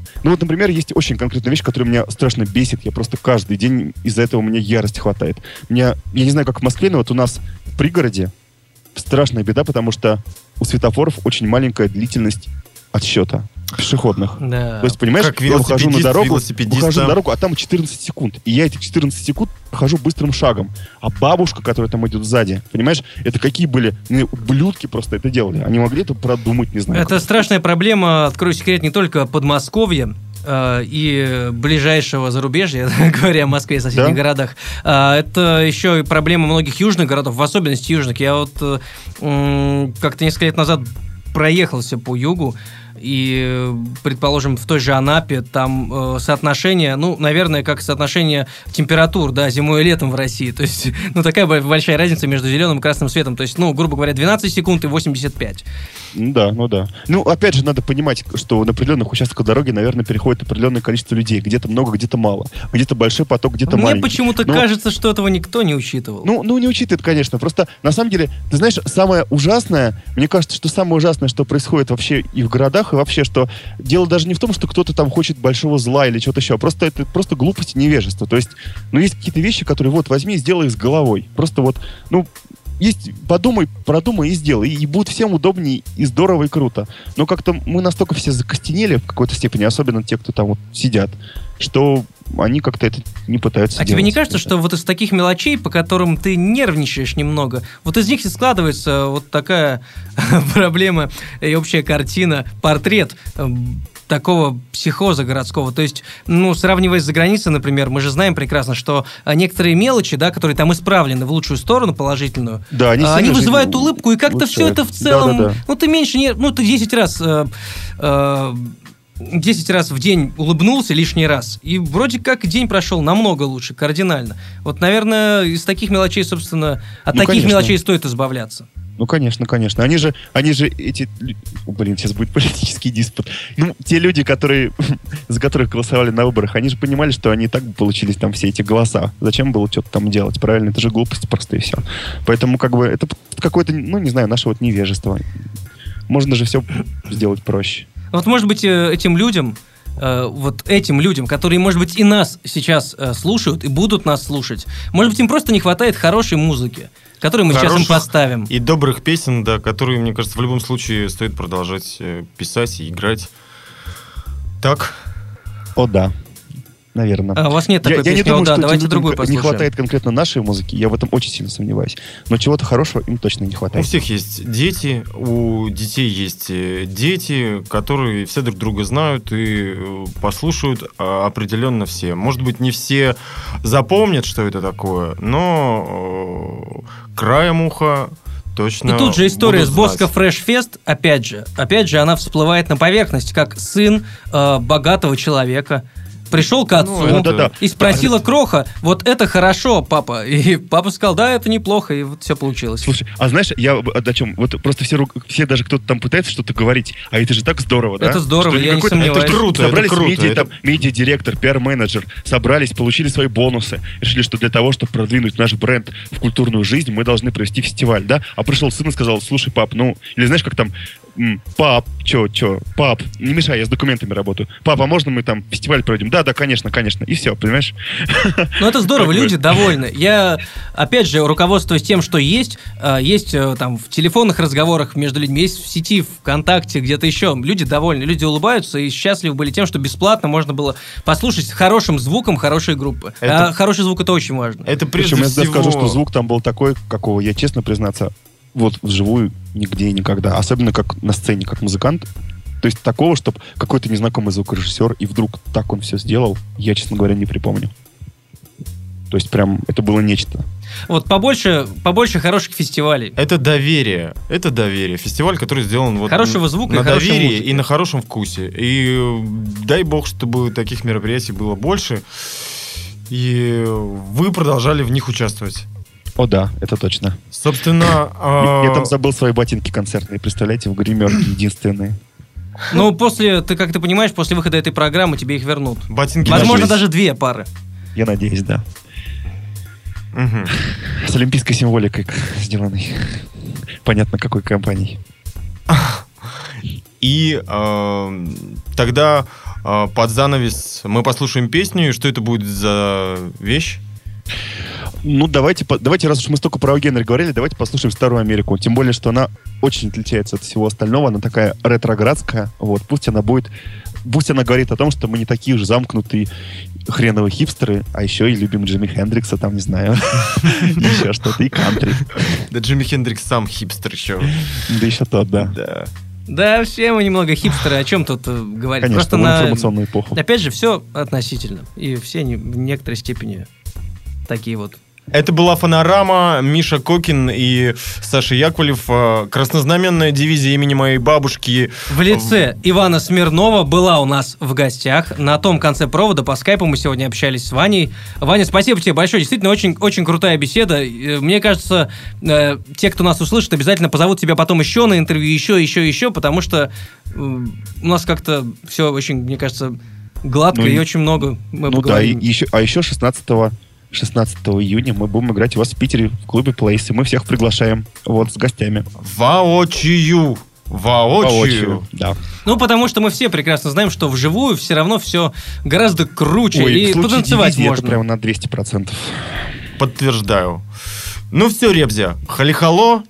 Ну вот, например, есть очень конкретная вещь, которая меня страшно бесит. Я просто каждый день из-за этого у меня ярость хватает. Меня, я не знаю, как в Москве, но вот у нас в пригороде страшная беда, потому что у светофоров очень маленькая длительность отсчета пешеходных. Да. То есть, понимаешь, Как я ухожу на дорогу, велосипедист, ухожу да. на дорогу, а там четырнадцать секунд. И я эти четырнадцать секунд хожу быстрым шагом. А бабушка, которая там идет сзади, понимаешь, это какие были ну, ублюдки просто это делали. Они могли это продумать, не знаю. Это как. страшная проблема, открою секрет, не только Подмосковья э, и ближайшего зарубежья, говоря о Москве и соседних Да? городах. А, это еще и проблема многих южных городов, в особенности южных. Я вот э, м, как-то несколько лет назад проехался по югу, и, предположим, в той же Анапе там э, соотношение, ну, наверное, как соотношение температур, да, зимой и летом в России. То есть, ну, такая большая разница между зеленым и красным светом. То есть, ну, грубо говоря, двенадцать секунд и восемьдесят пять. Ну да, ну да. Ну, опять же, надо понимать, что на определенных участках дороги, наверное, переходит определенное количество людей. Где-то много, где-то мало. Где-то большой поток, где-то Мне маленький. почему-то Но- кажется, что этого никто не учитывал. Ну, ну, не учитывает, конечно. Просто, на самом деле, ты знаешь, самое ужасное, мне кажется, что самое ужасное, что происходит вообще и в городах, и вообще, что дело даже не в том, что кто-то там хочет большого зла или что-то еще, а просто это просто глупость и невежество. То есть, ну, есть какие-то вещи, которые вот возьми и сделай их с головой. Просто вот, ну, есть, подумай, продумай и сделай. И, и будет всем удобнее и здорово, и круто. Но как-то мы настолько все закостенели в какой-то степени, особенно те, кто там вот сидят, что они как-то это не пытаются А делать. тебе не кажется, что вот из таких мелочей, по которым ты нервничаешь немного, вот из них и складывается вот такая проблема и общая картина, портрет эм, такого психоза городского. То есть, ну, сравнивая с заграницей, например, мы же знаем прекрасно, что а, некоторые мелочи, да, которые там исправлены в лучшую сторону, положительную, Да, они а, они сильно вызывают жизнь улыбку, и как-то все улучшают. это в целом, Да-да-да. ну, ты меньше, не, ну, ты десять раз... э, э, десять раз в день улыбнулся лишний раз, и вроде как день прошел намного лучше, кардинально. Вот, наверное, из таких мелочей, собственно, от Ну, таких конечно. мелочей стоит избавляться. Ну, конечно, конечно. Они же, они же эти... лю- О, блин, сейчас будет политический диспут. Ну, те люди, которые, за которых голосовали на выборах, они же понимали, что они и так бы получились там все эти голоса. Зачем было что-то там делать? Правильно? Это же глупость просто и все. Поэтому, как бы, это какое-то, ну, не знаю, наше вот невежество. Можно же все сделать проще. Вот, может быть, э, этим людям, э, вот этим людям, которые, может быть, и нас сейчас э, слушают, и будут нас слушать, может быть, им просто не хватает хорошей музыки, которую мы сейчас им Хороших поставим. И добрых песен, да, которые, мне кажется, в любом случае стоит продолжать э, писать и играть. Так. О, да. Наверное. А у вас нет такой я, я песни, не думаю, «О, да», что давайте этим людям другую не послушаем. хватает конкретно нашей музыки. Я в этом очень сильно сомневаюсь. Но чего-то хорошего им точно не У хватает. всех есть дети, у детей есть э, дети, которые все друг друга знают и э, послушают а, определенно все. Может быть, не все запомнят, что это такое, но э, краем уха точно И тут же история с будут Боско знать. Фреш Фест, опять же, опять же, она всплывает на поверхность, как сын э, богатого человека. Пришел к отцу Ну, да, да. и спросила Кроха, вот это хорошо, папа. И папа сказал, да, это неплохо, и вот все получилось. Слушай, а знаешь, я об- о чем? Вот просто все, ру- все даже кто-то там пытается что-то говорить, а это же так здорово, да? Это здорово, Что я не какой-то- сомневаюсь. это ж круто, это собрались круто, медиа, это- там, медиа-директор, пиар-менеджер, собрались, получили свои бонусы, решили, что для того, чтобы продвинуть наш бренд в культурную жизнь, мы должны провести фестиваль, да? А пришел сын и сказал, слушай, пап, ну, или знаешь, как там, м, пап, чё, чё, пап, не мешай, я с документами работаю. Пап, а можно мы там фестиваль проведем? Да, да, конечно, конечно. И все, понимаешь? Ну, это здорово, Как бы. люди довольны. Я, опять же, руководствуюсь тем, что есть. э, Есть э, там в телефонных разговорах между людьми, есть в сети, ВКонтакте, где-то еще. Люди довольны, люди улыбаются и счастливы были тем, что бесплатно можно было послушать с хорошим звуком хорошие группы. Это- А хороший звук — это очень важно. Это прежде Причем я всего... тебе скажу, что звук там был такой, какого я, честно признаться, вот вживую нигде и никогда. Особенно как на сцене, как музыкант. То есть такого, чтобы какой-то незнакомый звукорежиссер, и вдруг так он все сделал, я, честно говоря, не припомню. То есть прям это было нечто. Вот побольше, побольше хороших фестивалей. Это доверие. Это доверие. Фестиваль, который сделан вот Хорошего звука на и хорошей доверии музыки. и на хорошем вкусе. И э, дай бог, чтобы таких мероприятий было больше. И вы продолжали в них участвовать. О да, это точно. Собственно... э, Я там забыл свои ботинки концертные, представляете, в гримерке единственные. Ну, после, ты, как ты понимаешь, после выхода этой программы тебе их вернут. ботинки Возможно, нашлись. даже две пары. Я надеюсь, да. Мгм. С олимпийской символикой сделанной. Понятно, какой компанией. И э, тогда э, под занавес мы послушаем песню. И что это будет за вещь? Ну, давайте, давайте, раз уж мы столько про Генри говорили, давайте послушаем Старую Америку. Тем более, что она очень отличается от всего остального. Она такая ретроградская. Вот, пусть она будет... Пусть она говорит о том, что мы не такие же замкнутые хреновые хипстеры, а еще и любим Джимми Хендрикса, там, не знаю, еще что-то, и кантри. Да Джимми Хендрикс сам хипстер еще. Да еще тот, да. Да. Да, все мы немного хипстеры. О чем тут э, говорить? Конечно, Просто в на информационную эпоху. Опять же, все относительно. И все не, в некоторой степени такие вот. Это была «Фонорама», Миша Кокин и Саша Яковлев. Краснознаменная дивизия имени моей бабушки. В лице Ивана Смирнова была у нас в гостях. На том конце провода по скайпу мы сегодня общались с Ваней. Ваня, спасибо тебе большое. Действительно, очень, очень крутая беседа. Мне кажется, э, те, кто нас услышит, обязательно позовут тебя потом еще на интервью, еще, еще, еще, потому что э, у нас как-то все очень, мне кажется, гладко ну, и очень много мы ну поговорим. Да, и еще, а еще шестнадцатого июня мы будем играть у вас в Питере в клубе Place, и мы всех приглашаем вот с гостями. Воочию. Воочию. Воочию, да. Ну, потому что мы все прекрасно знаем, что вживую все равно все гораздо круче. Ой, и потанцевать можно. Это прямо на двести процентов. Подтверждаю. Ну все, Ребзя, хали-хало.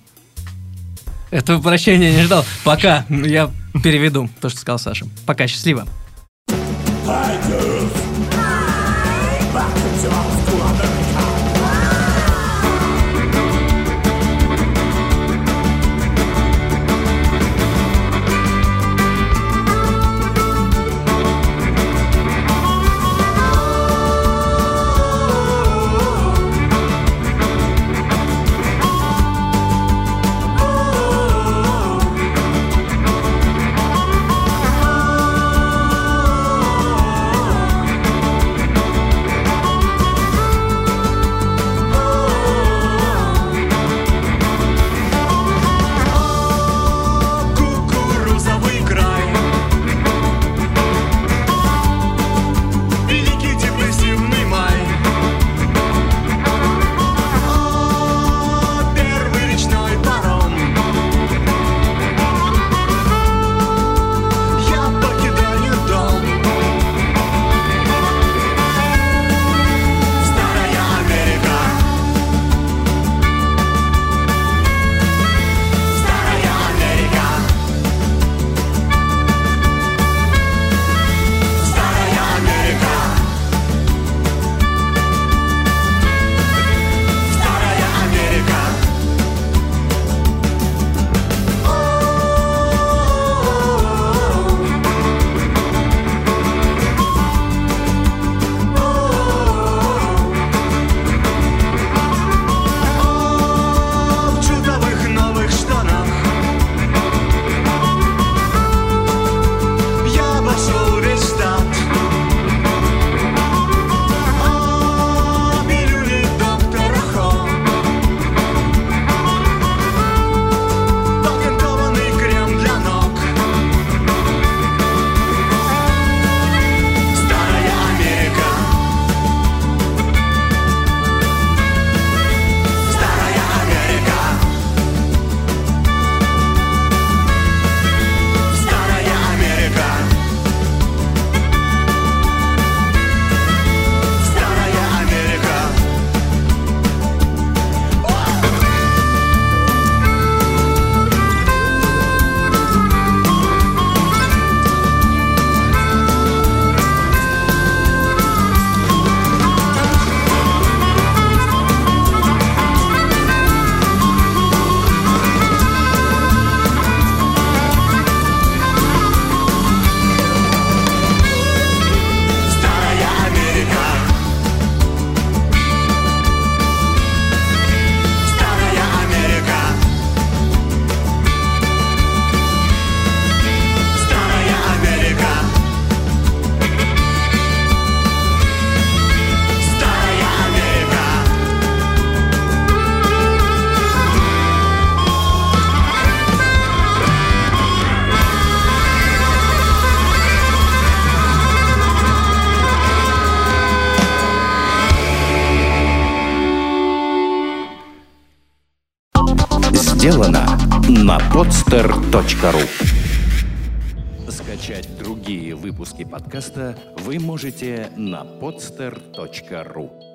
Этого прощения не ждал. Пока. Я переведу то, что сказал Саша. Пока, счастливо. Сделано на podster точка ру. другие выпуски подкаста вы можете на podster точка ру.